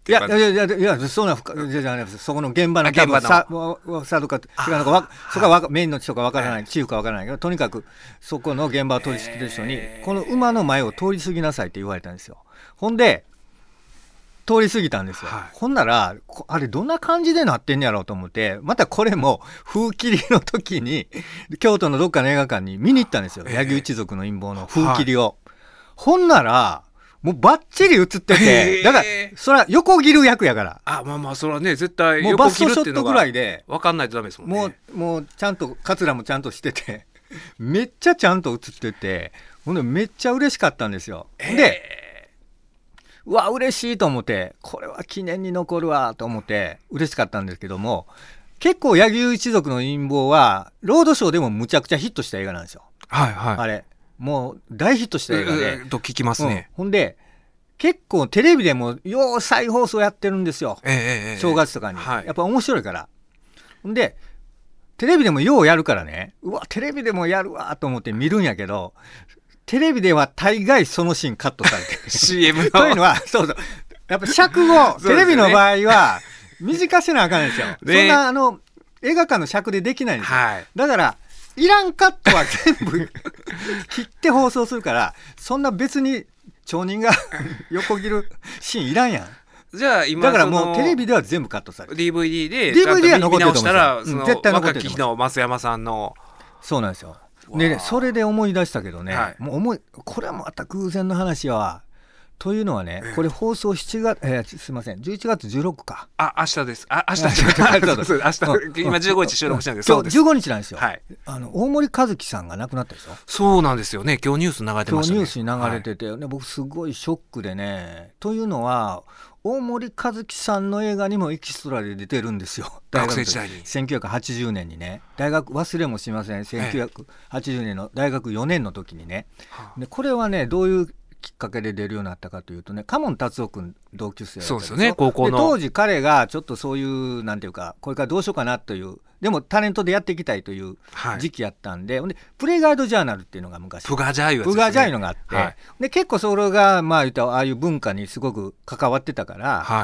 っていう感じ。 いやそんなじゃないです。そこの現場の多分さとかそこはメインの人かわからない、チーフかわからないけど、とにかくそこの現場を取り仕切る人にこの馬の前を通り過ぎなさいって言われたんですよ。ほんで通り過ぎたんですよ、ほんならあれどんな感じでなってんやろうと思って、またこれも風切りの時に京都のどっかの映画館に見に行ったんですよ、柳生一族の陰謀の風切りを、ほんならもうバッチリ映ってて、だからそれは横切る役やから、 まあそれはね絶対もうバストショットぐらいで分かんないとダメですもんね。 もうちゃんとカツラもちゃんとしててめっちゃちゃんと映ってて、ほんでめっちゃ嬉しかったんですよ。でうわ嬉しいと思って、これは記念に残るわと思って嬉しかったんですけども、結構柳生一族の陰謀はロードショーでもむちゃくちゃヒットした映画なんですよ。あれもう大ヒットした映画で、 と聞きますね。 ほんで結構テレビでもよう再放送やってるんですよ、正月とかに、やっぱ面白いから。ほんでテレビでもようやるからね、うわテレビでもやるわと思って見るんやけど、テレビでは大概そのシーンカットされてる CM のというのはやっぱ尺をテレビの場合は短せなあかんですよ、そんな映画館の尺でできないんですよ、だからいらんカットは全部切って放送するから、そんな別に町人が横切るシーンいらんやん。 じゃあ今だからもうテレビでは全部カットされる。 DVD で DVD は残ってると思う。 見直したら絶対残ってると思う。 若き日の増山さんの。 そうなんですよ。でね、それで思い出したけどね、もうこれはまた偶然の話は、というのはね、これ放送7月、すいません、11月16か。 明日です。明日今15日収録したんですけど、 今日15日なんですよ。大森一樹さんが亡くなったでしょ。 そうなんですよね。今日ニュース流れてましたね。 今日ニュースに流れてて、僕すごいショックでね。というのは大森一樹さんの映画にもエキストラで出てるんですよ。 学生時代に 1980年にね、大学忘れもしません、1980年の大学4年の時にね、でこれはねどういうきっかけで出るようになったかというとね、嘉門達夫君同級生だったんですよ。 そうですよね、高校の。 で当時彼がちょっとそういうなんていうか、これからどうしようかなという、でもタレントでやっていきたいという時期やったんで、でプレイガイドジャーナルっていうのが昔プガジャーいうやつですね。 プガジャーいうのがあって、で結構それがまあ言ったらああいう文化にすごく関わってたから、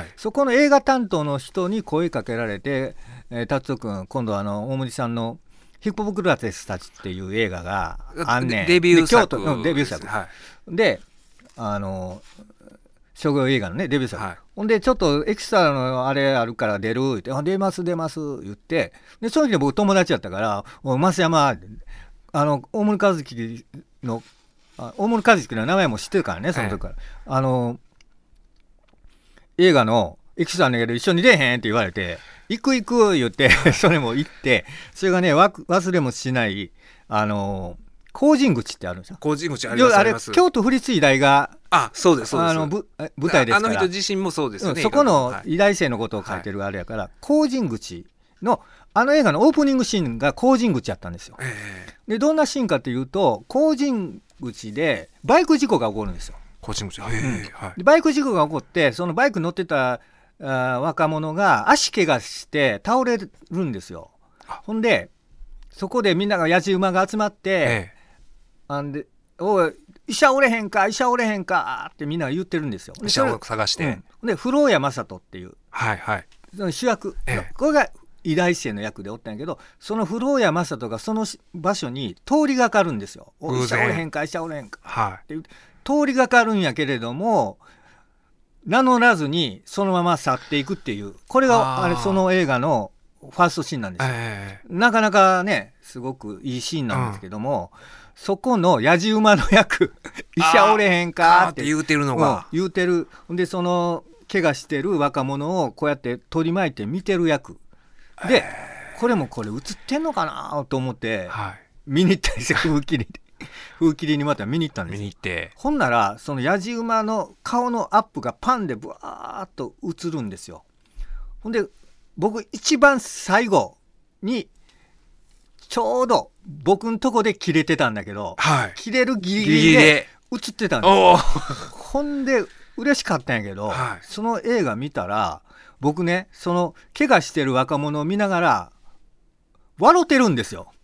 そこの映画担当の人に声かけられて、達夫君今度大森さんのヒップホップクラテスたちっていう映画があんねん。 デビュー作。 京都のデビュー作、で商業映画のねデビュー作、ほんでちょっとエキストラのあれあるから出るって、出ます言って、でその時僕友達やったから「増山大森一樹の名前も知ってるからね、その時から、映画のエキストラなんだけど一緒に出へんって言われて、行く言ってそれも行って、それがね忘れもしない工人口ってあるんですよ。 工人口ありますあります。 京都府立医大がそうですそうです舞台ですから、 人自身もそうですよね。 そこの医大生のことを書いてるあれやから、工人口の映画のオープニングシーンが工人口やったんですよ。でどんなシーンかというと、工人口でバイク事故が起こるんですよ。 工人口、 でバイク事故が起こって、そのバイクに乗ってた若者が足怪我して倒れるんですよ。ほんでそこでみんながやじ馬が集まって、おい医者おれへんかってみんなが言ってるんですよ。 医者を探して、 で古谷正人っていう、その主役、これが医大生の役でおったんやけど、その古谷正人がその場所に通りがかるんですよ。医者おれへんかって通りがかるんやけれども名乗らずにそのまま去っていくっていう、これがその映画のファーストシーンなんですよ。なかなかねすごくいいシーンなんですけども、そこのやじ馬の役医者おれへんかって言うてるのが、 言うてる。でその怪我してる若者をこうやって取り巻いて見てる役で、これ映ってんのかなと思って見に行ったんですよ。風切りにまた見に行ったんですよ。ほんならそのやじ馬の顔のアップがパンでブワーッと映るんですよ。ほんで僕一番最後にちょうど僕んとこで切れてたんだけど、切れるギリギリで映ってたんですよ。ほんで嬉しかったんやけど、その映画見たら僕ね、その怪我してる若者を見ながら笑ってるんですよ。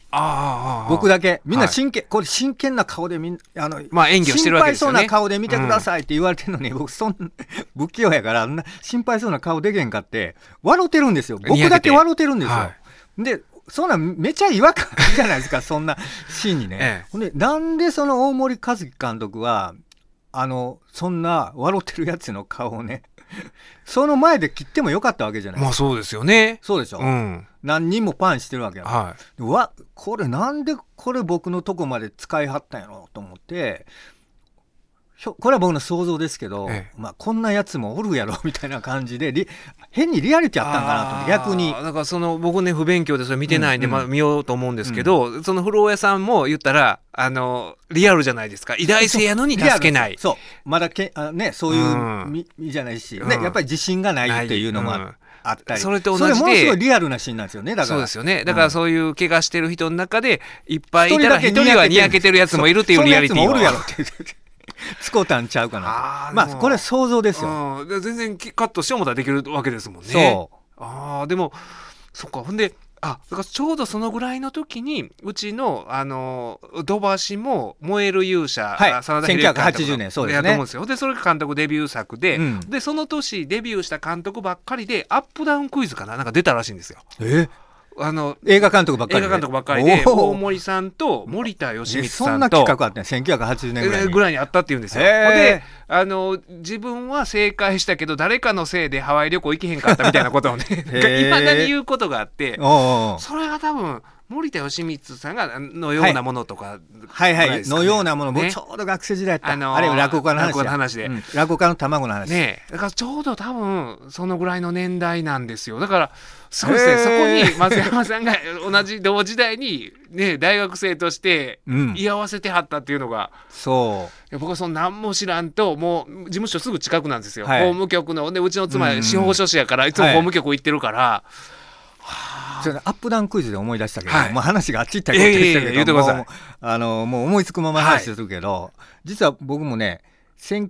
僕だけみんな真剣、これ真剣な顔で演技をしてるわけですよね。 心配そうな顔で見てくださいって言われてるのに、僕不器用やから心配そうな顔でけんかって笑ってるんですよ。僕だけ笑ってるんですよ。でそんなめちゃ違和感じゃないですかそんなシーンにね。ほんでなんでその大森和樹監督はそんな笑ってるやつの顔をねその前で切ってもよかったわけじゃないですか。 そうですよね。 そうでしょ、何人もパンしてるわけや、これなんでこれ僕のとこまで使いはったんやろと思って、これは僕の想像ですけど、こんなやつもおるやろみたいな感じで変にリアリティあったんかなと思って。逆にだから僕ね不勉強でそれ見てないんで、見ようと思うんですけど、その古尾屋さんも言ったらリアルじゃないですか。偉大性やのに助けない。 そうまだそういう身じゃないし、やっぱり自信がないっていうのもあったり、 それと同じでそれものすごいリアルなシーンなんですよね。だからそうですよね。だからそういう怪我してる人の中でいっぱいいたら一人はにやけてるやつもいるっていうリアリティーは。 そんなやつもおるやろって使うたんちゃうかなと。これは想像ですよ。 全然カットしてもできるわけですもんね。 そうでもそっか。ほんでだからちょうどそのぐらいの時にうちの土橋も燃える勇者、 真田広之監督1980年そうですね。 やと思うんですよ。でそれが監督デビュー作で、でその年デビューした監督ばっかりでアップダウンクイズかなんか出たらしいんですよ。 映画監督ばっかりで大森さんと森田義満さんとそんな企画あったね1980年ぐらいにあったっていうんですよ。で自分は正解したけど誰かのせいでハワイ旅行行けへんかったみたいなことをねいまだに言うことがあって、それが多分森田義満さんがのようなものとか、 のようなもの、僕ちょうど学生時代やった、あれは落語家の話で、落語家の卵の話ね。だからちょうど多分そのぐらいの年代なんですよ。だからそうですね、そこに松山さんが同時代にね大学生として居合わせてはったっていうのが、僕はその何も知らんと、もう事務所すぐ近くなんですよ、法務局の。でうちの妻司法書士やからいつも法務局行ってるから、 アップダウンクイズで思い出したけど、話があっち行ったりこっち行ったけど、もう思いつくまま話するけど、実は僕もねそれ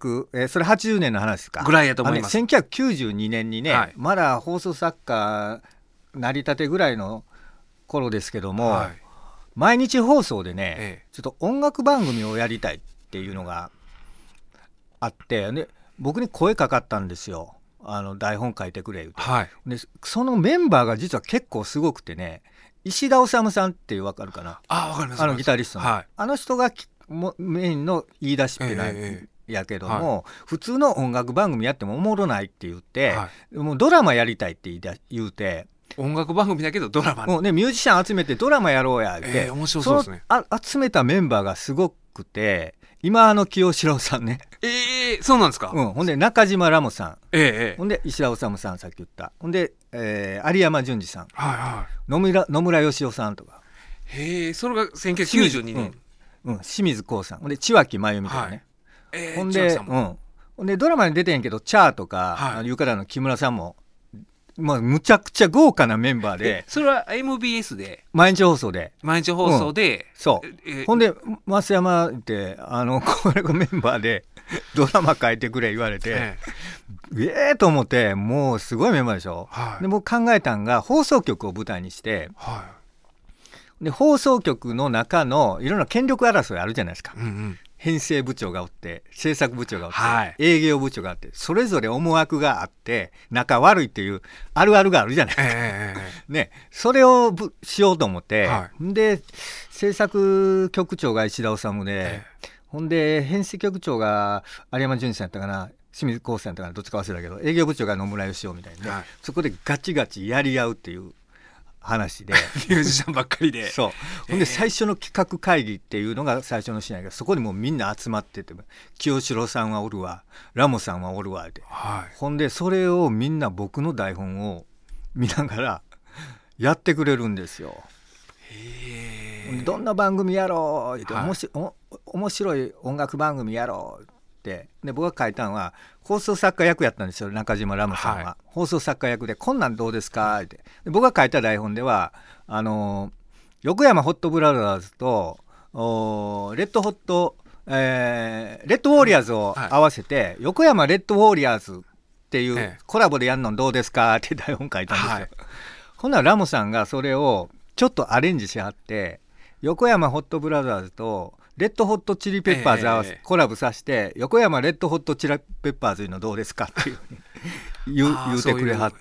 80年の話ですかぐらいやと思います。 1992年にね、まだ放送作家成り立てぐらいの頃ですけども、毎日放送でね、ちょっと音楽番組をやりたいっていうのがあって、で僕に声かかったんですよ。台本書いてくれ言うて、でそのメンバーが実は結構すごくてね、石田治さんっていう分かるかな。 分かります。 ギタリストの、あの人がメインの言い出しっぺなんやけども、普通の音楽番組やってもおもろないって言って、もうドラマやりたいって言うて、 音楽番組だけどドラマね、ミュージシャン集めてドラマやろうやって、 面白そうですね。 集めたメンバーがすごくて、今清志郎さんね、 そうなんですか。 ほんで中島ラモさん、ほんで石田治さんさっき言った、ほんで、有山淳二さん、野村義雄さんとか、 それが1992年、 清水光さん、ほんで千脇真由美とかね、ほんでドラマに出てんけどチャーとか、いうからの木村さんも、むちゃくちゃ豪華なメンバーで。 それは MBS で毎日放送で、 そうほんで増山ってこれがメンバーでドラマ書いてくれ言われて、と思って、もうすごいメンバーでしょ、で僕考えたんが放送局を舞台にして、で放送局の中のいろんな権力争いあるじゃないですか、編成部長がおって制作部長がおって、営業部長があって、それぞれ思惑があって仲悪いっていうあるあるがあるじゃないですか、ね、それをしようと思って、で制作局長が石田治で、ほんで編成局長が有山淳二さんやったかな、清水光さんやったかな、どっちか忘れたけど、営業部長が野村義雄みたいな、そこでガチガチやり合うっていう話でミュージシャンばっかりで、 ほんで最初の企画会議っていうのが最初のシーンやけど、そこにもうみんな集まってて、清志郎さんはおるわ、ラモさんはおるわって、ほんでそれをみんな僕の台本を見ながらやってくれるんですよ。どんな番組やろうって、面白い音楽番組やろうって、で僕が書いたのは放送作家役やったんですよ、中島ラモさんは、放送作家役で、こんなんどうですかって。で僕が書いた台本では横山ホットブラザーズとレッドウォーリアーズを合わせて、横山レッドウォーリアーズっていうコラボでやるのどうですかって台本書いたんですよ、ほんならラモさんがそれをちょっとアレンジしはって、横山ホットブラザーズとレッドホットチリペッパーズコラボさせて、横山レッドホットチリペッパーズいうのどうですかっていう言うてくれはって、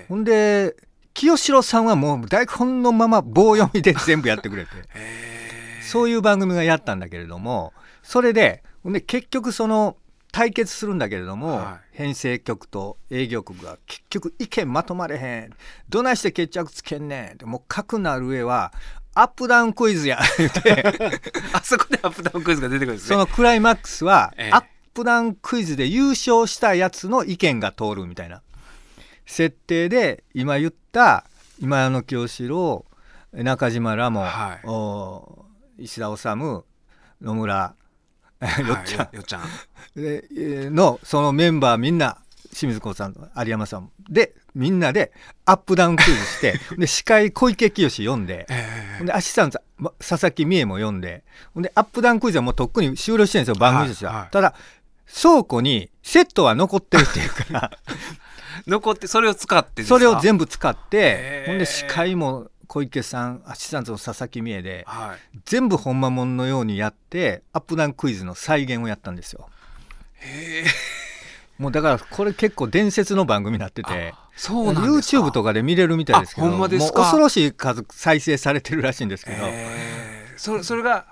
ほんで清志郎さんはもう台本のまま棒読みで全部やってくれてそういう番組がやったんだけれども、それで結局その対決するんだけれども、編成局と営業局が結局意見まとまれへん、どないして決着つけんねん、もう核なる上はアップダウンクイズや言ってあそこでアップダウンクイズが出てくるんですね。 そのクライマックスは、アップダウンクイズで優勝したやつの意見が通るみたいな設定で、今言った今谷清志郎、中島らも、石田治、野村よっちゃんのそのメンバーみんな、清水光さん有山さんでみんなでアップダウンクイズしてで司会小池清読んで、でアシスタント佐々木美恵も読んで、でアップダウンクイズはもうとっくに終了してるんですよ、番組としては。ただ倉庫にセットは残ってるっていうから残って、それを使ってですか？ それを全部使って、ほんで司会も小池さん、アシスタントの佐々木美恵で、全部ほんまもんのようにやってアップダウンクイズの再現をやったんですよ。もうだからこれ結構伝説の番組になってて、 そうなんですか。 YouTube とかで見れるみたいですけど、 ほんまですか？ もう恐ろしい数再生されてるらしいんですけど、 それが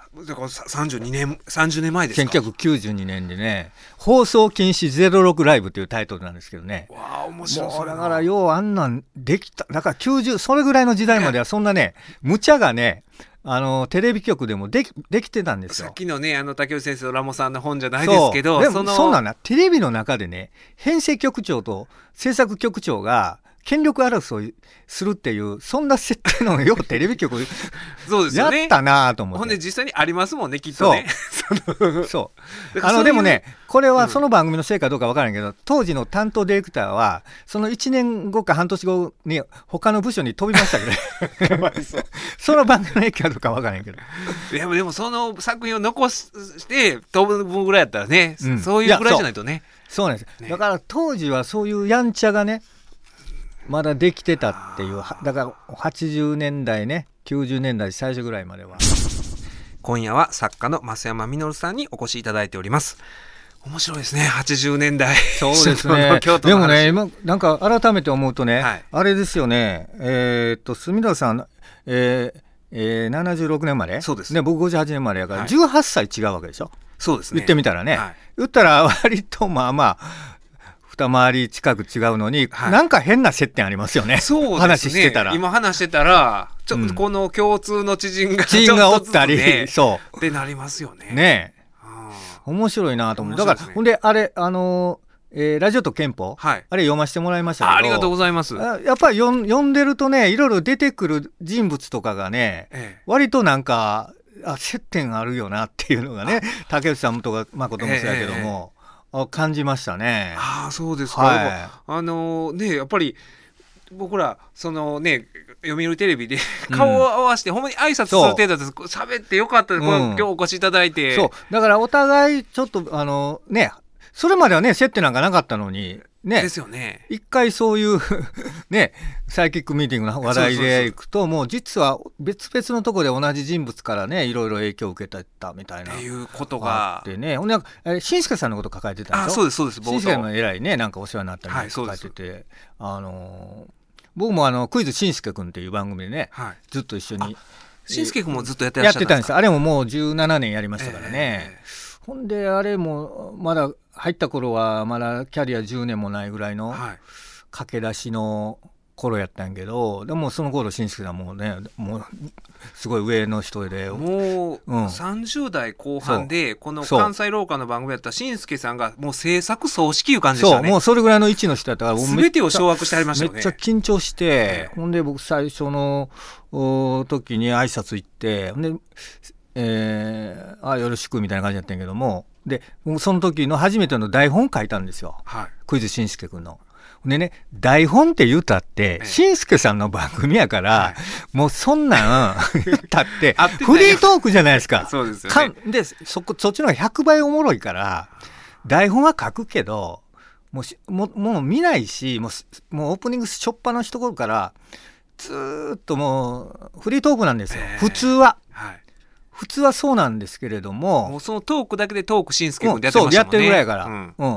30年前ですか ？1992年でね、放送禁止06ライブというタイトルなんですけどね。 わあ、面白そう。 もうだからようあんなんできた。だから90それぐらいの時代まではそんなね無茶がね、テレビ局でもできてたんですよ。 さっきのね竹内先生とラモさんの本じゃないですけど、 でもそうなんだ。テレビの中でね、編成局長と制作局長が権力争いするっていう、そんな設定のようテレビ局そうですよね、 やったなと思って。 ほんで実際にありますもんね、きっとね。 そうでもね、これはその番組のせいかどうか分からないけど、当時の担当ディレクターはその1年後か半年後に他の部署に飛びましたけどその番組の影響かどうか分からないけど、 でもその作品を残して飛ぶぐらいやったらね、そういうぐらいじゃないとね。 そうなんです、だから当時はそういうやんちゃがねまだできてたっていう。だから80年代ね、90年代最初ぐらいまでは。 今夜は作家の増山実さんにお越しいただいております。面白いですね、80年代。 そうですねでもね、今なんか改めて思うとね、あれですよね、住田さん、76年まで、 そうですね、僕58年までやから18歳違うわけでしょ。 そうですね、 言ってみたらね、言ったら割とまあまあ二回り近く違うのに、なんか変な接点ありますよね。 そうですね、 話してたら、 今話してたらちょっとこの共通の知人がおったり、 そうってなりますよね。 ねえ、面白いなと思う。だからほんであれラジオと憲法、あれ読ませてもらいましたけど、 ありがとうございます。 やっぱり読んでるとね、いろいろ出てくる人物とかがね、割となんか接点あるよなっていうのがね、竹内さんとか誠もそうやけども、感じましたね。 そうですか。やっぱり僕らそのね、読売テレビで顔を合わせて、ほんまに挨拶する程度です。喋ってよかった、今日お越しいただいて。 そうだからお互いちょっとね、それまではね接点なんかなかったのにね、 ですよね。 一回そういうねサイキックミーティングの話題でいくと、もう実は別々のところで同じ人物からねいろいろ影響を受けてたみたいなっていうことがあってね。ほんで新助さんのこと書かれてたんでしょ。 そうです新助も偉いね、なんかお世話になったり書かれてて、僕もクイズ新助君っていう番組でね、ずっと一緒に。 新助君もずっとやってらっしゃったんですか？ やってたんです。あれももう17年やりましたからね。ほんであれもまだ入った頃はまだキャリア10年もないぐらいの駆け出しの頃やったんやけど、でもその頃新助さんもね、もうすごい上の人で、 もう30代後半でこの関西ローカルの番組やった新助さんがもう制作総指揮いう感じでしたね。 もうそれぐらいの位置の人やったから全てを掌握してありましたよね。 めっちゃ緊張して、ほんで僕最初の時に挨拶行って、ほんでよろしくみたいな感じだったんやけども、でその時の初めての台本書いたんですよ、クイズしんすけくんの。でね、台本って言うたってしんすけさんの番組やから、もうそんなん言ったってフリートークじゃないですか。 そうですよね。 でそっちの方が100倍おもろいから、台本は書くけどもう見ないし、もうオープニングしょっぱの一頃からずっともうフリートークなんですよ、普通は、普通はそうなんですけれども、 もうそのトークだけでトークしんすけ君でやってましたもんね。 そうやってるぐらいから、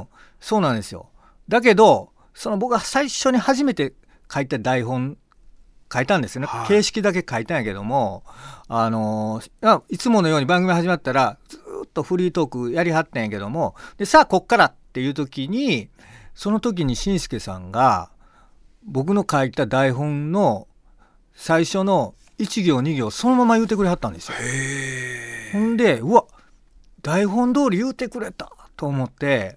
そうなんですよ。だけどその僕が最初に初めて書いた台本書いたんですよね、形式だけ書いたんやけども、いつものように番組始まったらずっとフリートークやりはったんやけども、でさあこっからっていう時に、その時にしんすけさんが僕の書いた台本の最初の1行2行そのまま言うてくれはったんですよ。ほんでうわ台本通り言うてくれたと思って、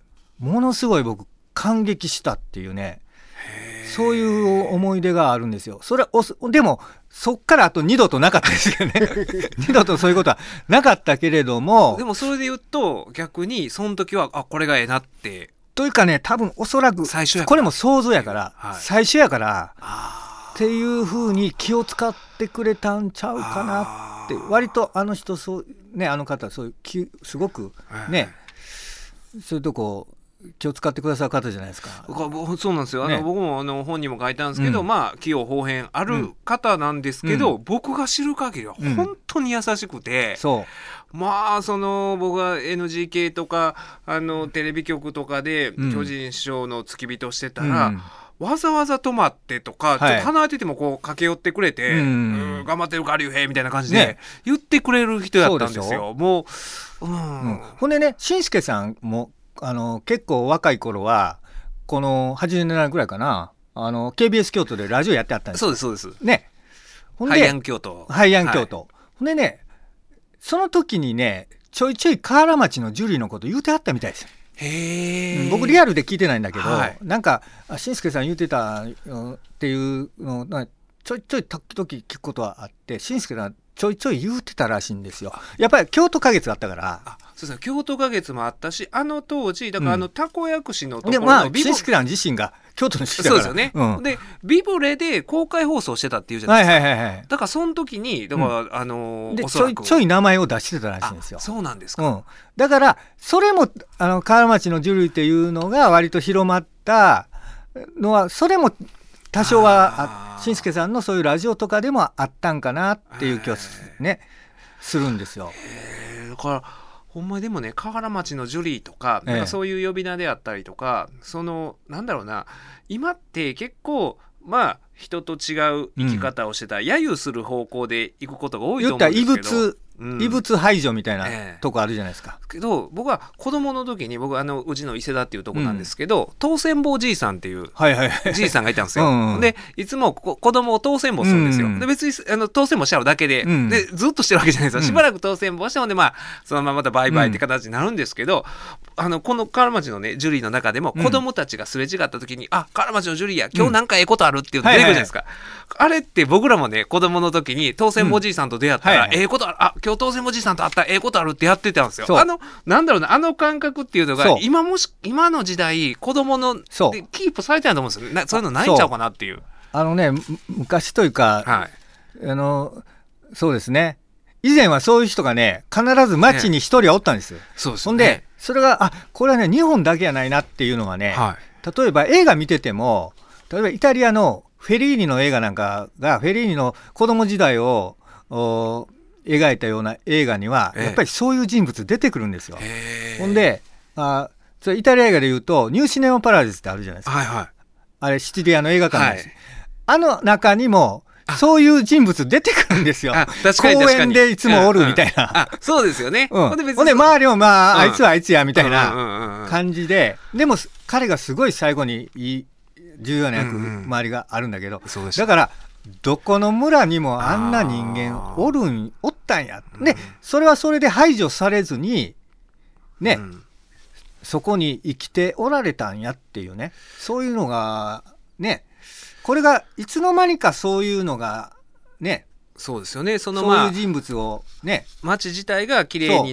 ものすごい僕感激したっていうね、そういう思い出があるんですよ。それでもそっからあと二度となかったですよね二度とそういうことはなかったけれども、 でもそれで言うと逆にその時はこれがええなってというかね、多分おそらくこれも想像やから、最初やからっていう風に気を使ってくれたんちゃうかなって、割とあの人そうね、あの方そういうすごくね、そういうとこ気を使ってくださる方じゃないですか。 そうなんですよ。僕も本にも書いたんですけど、器用方変ある方なんですけど、僕が知る限りは本当に優しくて、僕が NGK とかテレビ局とかで巨人師匠の付き人してたら、わざわざ泊まってとか、ちょっと離れててもこう駆け寄ってくれて、頑張ってるか竜兵みたいな感じで言ってくれる人やったんですよ。もう、 ほんでね、しんすけさんも結構若い頃はこの80年代ぐらいかな、KBS 京都でラジオやってあったんですよ。 そうですね。ほんでハイアン京都、 ほんでね、その時にねちょいちょい河原町のジュリーのこと言うてあったみたいですよ。僕リアルで聞いてないんだけど、なんかしんすけさん言うてたっていうのちょいちょい時々聞くことはあって、しんすけさんちょいちょい言うてたらしいんですよ。やっぱり京都花月あったから。 そうですね、京都花月もあったし、当時だからたこ薬師のところのしんすけさん自身が京都の人だから。 そうですよね、でビブレで公開放送してたっていうじゃないですか、だからその時にだからでちょいちょい名前を出してたらしいんですよ。 そうなんですか、 だからそれも河原町のジュリーっていうのが割と広まったのは、それも多少はしんすけさんのそういうラジオとかでもあったんかなっていう気はねするんですよ。 だからほんまでもね、河原町のジュリーとか、なんかそういう呼び名であったりとか、なんだろうな、今って結構人と違う生き方をしてた、揶揄する方向で行くことが多いと思うんですけど、 異物排除みたいなとこあるじゃないですか。 けど僕は子供の時に、僕うちの伊勢田っていうとこなんですけど、当選坊じいさんっていうじいさんがいたんですよ。でいつも子供を当選坊するんですよ。で別に当選坊しちゃうだけで、でずっとしてるわけじゃないですよ。しばらく当選坊してもんで、そのまままたバイバイって形になるんですけど、この河原町のねジュリーの中でも子供たちがすれ違った時に、河原町のジュリーや今日なんかええことあるっていうの出てくるじゃないですか。あれって僕らもね子供の時に当選坊じいさんと出会ったら、ええことある、今日当選坊じいさんと会ったらええことあるってやってたんですよ。なんだろうな、感覚っていうのが今の時代子供のでキープされてないと思うんですよ。そういうのないんちゃうかなっていう。 昔というか、そうですね、以前はそういう人がね必ず街に一人はおったんですよ。ほんでそれがこれはね日本だけやないなっていうのがね、例えば映画見てても、例えばイタリアのフェリーニの映画なんかが、フェリーニの子供時代を描いたような映画にはやっぱりそういう人物出てくるんですよ。ほんでそれイタリア映画でいうとニューシネマパラディスってあるじゃないですか、あれシチリアの映画館です、中にもそういう人物出てくるんですよ。公園でいつもおるみたいな、 そうですよね。ほんで周りもあいつはあいつやみたいな感じで、でも彼がすごい最後に重要な役回りがあるんだけど、だからどこの村にもあんな人間おったんや。でそれはそれで排除されずにね、そこに生きておられたんやっていうね、そういうのがね、これがいつの間にかそういうのがね、 そうですよね。そういう人物をね、 街自体が綺麗になっ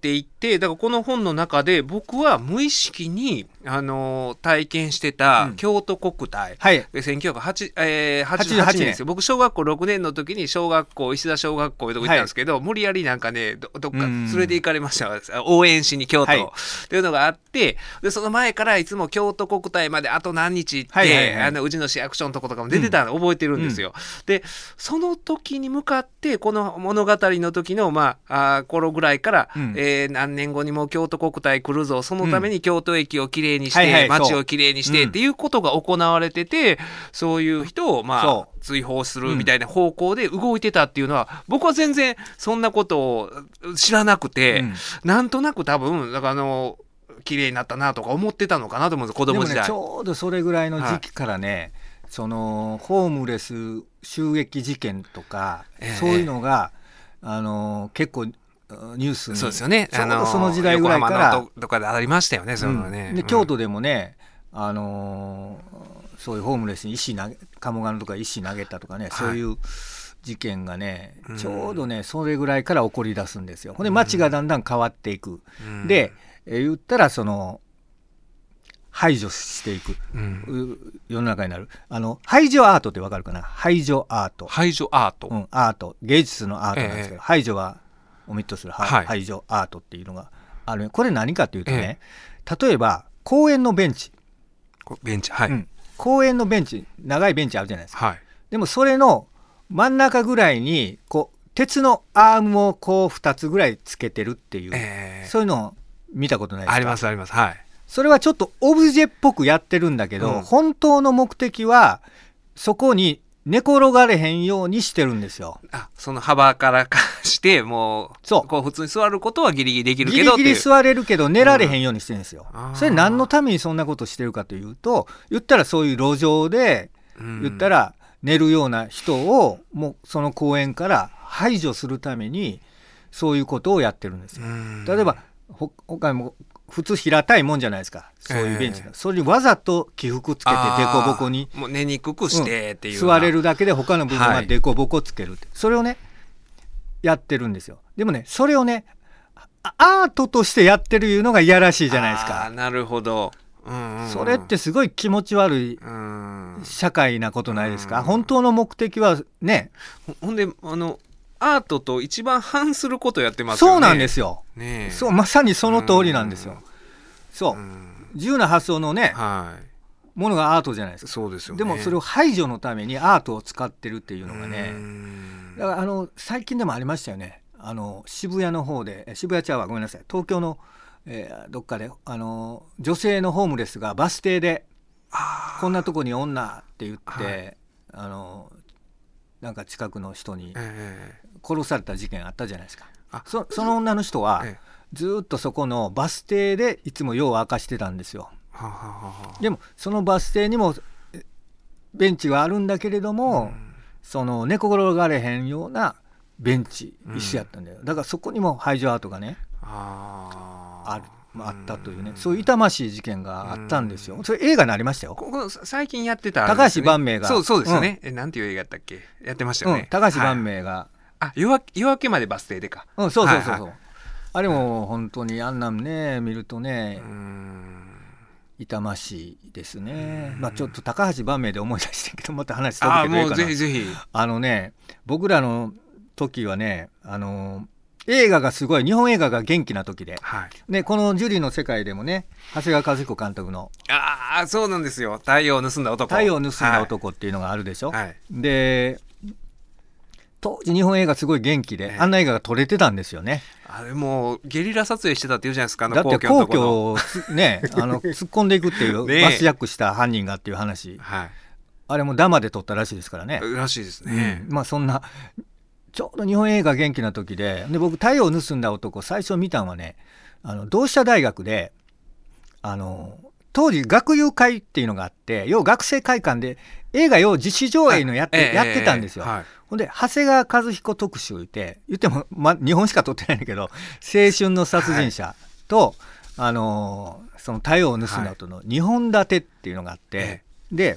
っていって、だからこの本の中で僕は無意識に、体験してた京都国体、1988年ですよ。僕小学校6年の時に石田小学校いうとこ行ったんですけど、無理やりなんかねどっか連れて行かれました。応援しに京都、っていうのがあって、でその前からいつも京都国体まであと何日って、宇治の市役所のとことかも出てたの覚えてるんですよ。でその時に向かってこの物語の時の頃ぐらいから、何年後にも京都国体来るぞ、そのために京都駅をきれいにして、街をきれいにしてっていうことが行われてて、そういう人を追放するみたいな方向で動いてたっていうのは、僕は全然そんなことを知らなくて、なんとなく多分だから綺麗になったなとか思ってたのかなと思うんです、子供時代。 でもね、ちょうどそれぐらいの時期からね、そのホームレス襲撃事件とか、そういうのが結構ニュースに、 そうですよね、 その時代ぐらいから横浜のとかでありましたよね、そういうのね。 で京都でもね、そういうホームレスに鴨川のとか石投げたとかね、そういう事件がね、ちょうどねそれぐらいから起こり出すんですよ。ほんで街がだんだん変わっていく、で言ったら排除していく、世の中になる。排除アートってわかるかな。排除アート、アート、芸術のアートなんですけど、排除はオミットする、排除アートっていうのがある。これ何かっていうとね、例えば公園のベンチ、公園のベンチ、長いベンチあるじゃないですか、でもそれの真ん中ぐらいに鉄のアームを2つぐらいつけてるっていう、そういうのを見たことないですか？ ありますあります。 それはちょっとオブジェっぽくやってるんだけど、本当の目的はそこに寝転がれへんようにしてるんですよ。 その幅からかしてもう普通に座ることはギリギリできるけど、 ギリギリ座れるけど寝られへんようにしてるんですよ。それ何のためにそんなことしてるかというと、言ったらそういう路上で、言ったら寝るような人をもうその公園から排除するためにそういうことをやってるんですよ。例えば他にも普通平たいもんじゃないですか、そういうベンチが、それにわざと起伏つけてデコボコにもう寝にくくしてっていう、 座れるだけで他の部分はデコボコつけるって、それをねやってるんですよ。でもねそれをねアートとしてやってるいうのがいやらしいじゃないですか。 なるほど、 それってすごい気持ち悪い社会なことないですか？本当の目的はね、 ほんでアートと一番反することやってますよね。 そうなんですよ、そうまさにその通りなんですよ。そう、自由な発想のね、ものがアートじゃないですか。 そうですよね。 でもそれを排除のためにアートを使ってるっていうのがね、だから最近でもありましたよね。渋谷の方で、渋谷ちゃうわ、ごめんなさい、東京の、どっかで女性のホームレスがバス停でこんなとこに女って言って、なんか近くの人に殺された事件あったじゃないですか。その女の人はずっとそこのバス停でいつも夜を明かしてたんですよ。でもそのバス停にもベンチがあるんだけれども、その寝転がれへんようなベンチ一緒やったんだよ。だからそこにも排除アートがねあったというね、そういう痛ましい事件があったんですよ。それ映画になりましたよ。 最近やってた、 高橋晩明が、 そうですよね、なんていう映画だったっけ、やってましたよね、 高橋晩明が、 夜明けまでバス停でか、 そう、あれも本当にあんなんね見るとね痛ましいですね。ちょっと高橋晩明で思い出してけど、また話しておくけどいいかな。 もうぜひぜひ。 僕らの時はね、映画がすごい、日本映画が元気な時で、でこのジュリーの世界でもね、長谷川和彦監督のそうなんですよ、太陽を盗んだ男、 太陽を盗んだ男っていうのがあるでしょ、で当時日本映画すごい元気で、あんな映画が撮れてたんですよね。 あれもうゲリラ撮影してたって言うじゃないですか。 だって皇居をね突っ込んでいくっていうバスジャックした犯人がっていう話、あれもダマで撮ったらしいですからね。 らしいですね。 そんなちょうど日本映画元気な時で、僕太陽を盗んだ男最初見たのはね、同志社大学で当時学友会っていうのがあって、要学生会館で映画を自主上映のやってたんですよ。ほんで長谷川和彦特集言っても、日本しか撮ってないんだけど、青春の殺人者と、その太陽を盗んだ後の2本立てっていうのがあって、で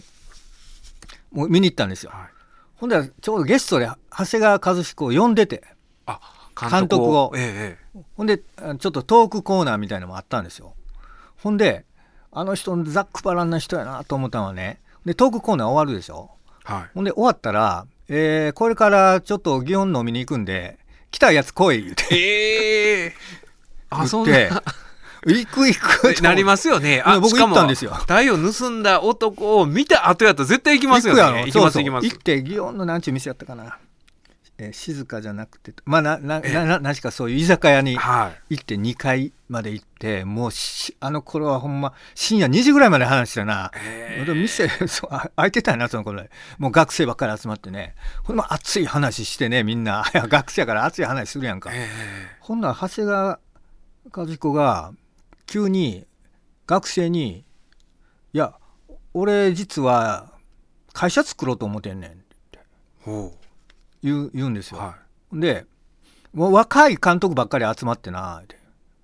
もう見に行ったんですよ。ほんでちょうどゲストで長谷川和彦を呼んでて、 監督を、ほんでちょっとトークコーナーみたいなのもあったんですよ。ほんであの人ざっくばらんな人やなと思ったのはね、でトークコーナー終わるでしょ、ほんで終わったら、これからちょっと祇園飲みに行くんで来たやつ来い言うて、 そんな行くなりますよね。 僕行ったんですよ。 太陽盗んだ男を見た後やったら絶対行きますよね。 行きます。行って祇園の何ちゅう店やったかな、静かじゃなくて何しかそういう居酒屋に行って2階まで行って、もうあの頃はほんま深夜2時ぐらいまで話してな、店開いてたよなその頃。もう学生ばっかり集まってね、ほんま熱い話してね、みんな学生やから熱い話するやんか。ほんなら長谷川和彦が急に学生に「いや俺実は会社作ろうと思ってんねん」って言うんですよ。でもう若い監督ばっかり集まってなって、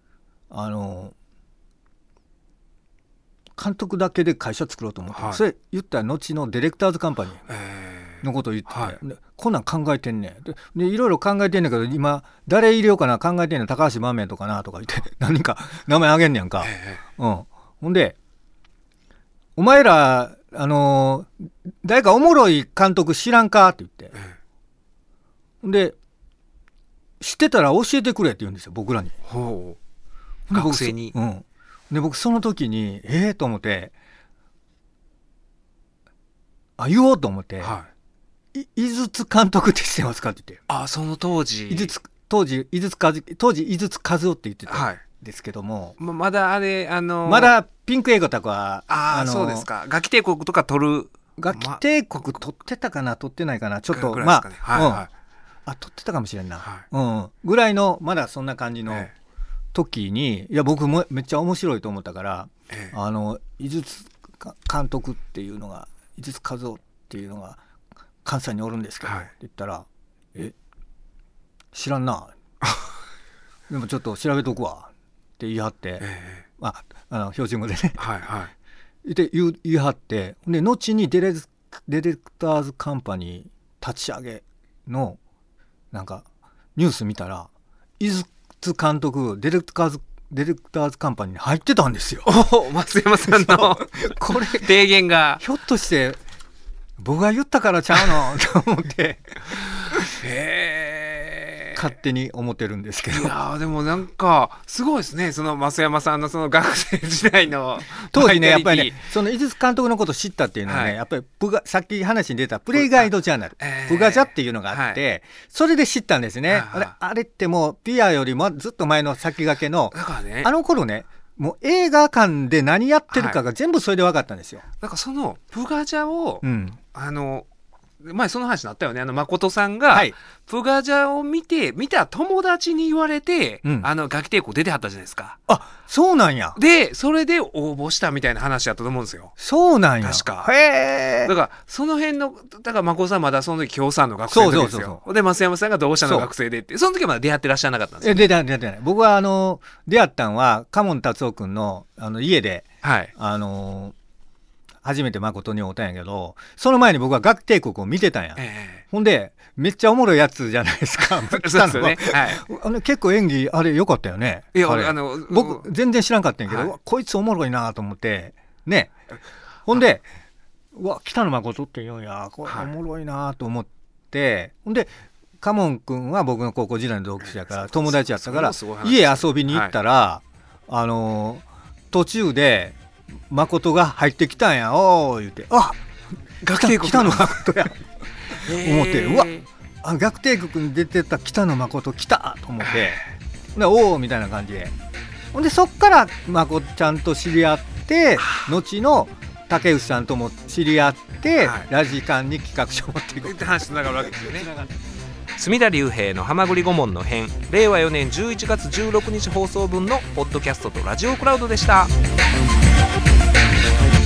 監督だけで会社作ろうと思って、それ言ったら後のディレクターズカンパニーのことを言ってて、こんなん考えてんねんでいろいろ考えてんねんけど今誰入れようかな考えてんねん、高橋真面とかなとか言って何人か名前あげんねやんか。ほんでお前ら誰かおもろい監督知らんかって言って、で知ってたら教えてくれって言うんですよ僕らに。 学生に。 で僕その時にと思って言おうと思って、井筒監督って知ってますかって言って、 その当時井筒和夫って言ってたんですけども、 まだあれまだピンク映画とかそうですか、ガキ帝国とか撮る、 ガキ帝国撮ってたかな撮ってないかな、ちょっと撮ってたかもしれんな、ぐらいのまだそんな感じの時に、いや僕もめっちゃ面白いと思ったから、井筒監督っていうのが、井筒和夫っていうのが関西におるんですけど、って言ったら知らんなでもちょっと調べとくわって言い張って、標準語でね言い張って、で後にディレクターズカンパニー立ち上げのなんかニュース見たら井筒監督ディレクターズカンパニーに入ってたんですよ。 松山さんのこれ提言がひょっとして僕が言ったからちゃうのと思って勝手に思ってるんですけど。 いやでもなんかすごいですね、その増山さんのその学生時代の当時ね、やっぱりねその井筒監督のことを知ったっていうのはね、やっぱりさっき話に出たプレイガイドジャーナル、プガジャっていうのがあって、それで知ったんですね。あれってもうピアよりもずっと前の先駆けの、あの頃ねもう映画館で何やってるかが全部それで分かったんですよ。 だからそのプガジャを、前その話になったよね。誠さんが、プガジャを見た友達に言われて、ガキ帝国出てはったじゃないですか。 そうなんや。 でそれで応募したみたいな話やったと思うんですよ。 そうなんや。 確か。だからその辺の、だから誠さんまだその時京さんの学生の時ですよ。で増山さんが同志社の学生でって、その時はまだ出会ってらっしゃらなかったんですよ。 出会ってない。僕は出会ったんは嘉門達夫君の家で、初めて誠に会ったんやけど、その前に僕はガキ帝国を見てたんや。ほんでめっちゃおもろいやつじゃないですか。 そうですよね。 結構演技あれ良かったよね。僕全然知らんかったんやけど、こいつおもろいなと思ってね。ほんで北野誠って言うんや、これおもろいなと思って、ほんで嘉門君は僕の高校時代の同期者やから友達やったから家遊びに行ったら、途中で誠が入ってきたんや、言うて、北野誠や思って、学帝国に出てた北野誠来たと思って、おおみたいな感じで、ほんでそっから誠ちゃんと知り合って、後の竹内さんとも知り合って、ラジカンに企画書を持っていくって話つながるわけですよね。隅田隆平のはまぐり顧問の編、令和4年11月16日放送分のポッドキャストとラジオクラウドでした。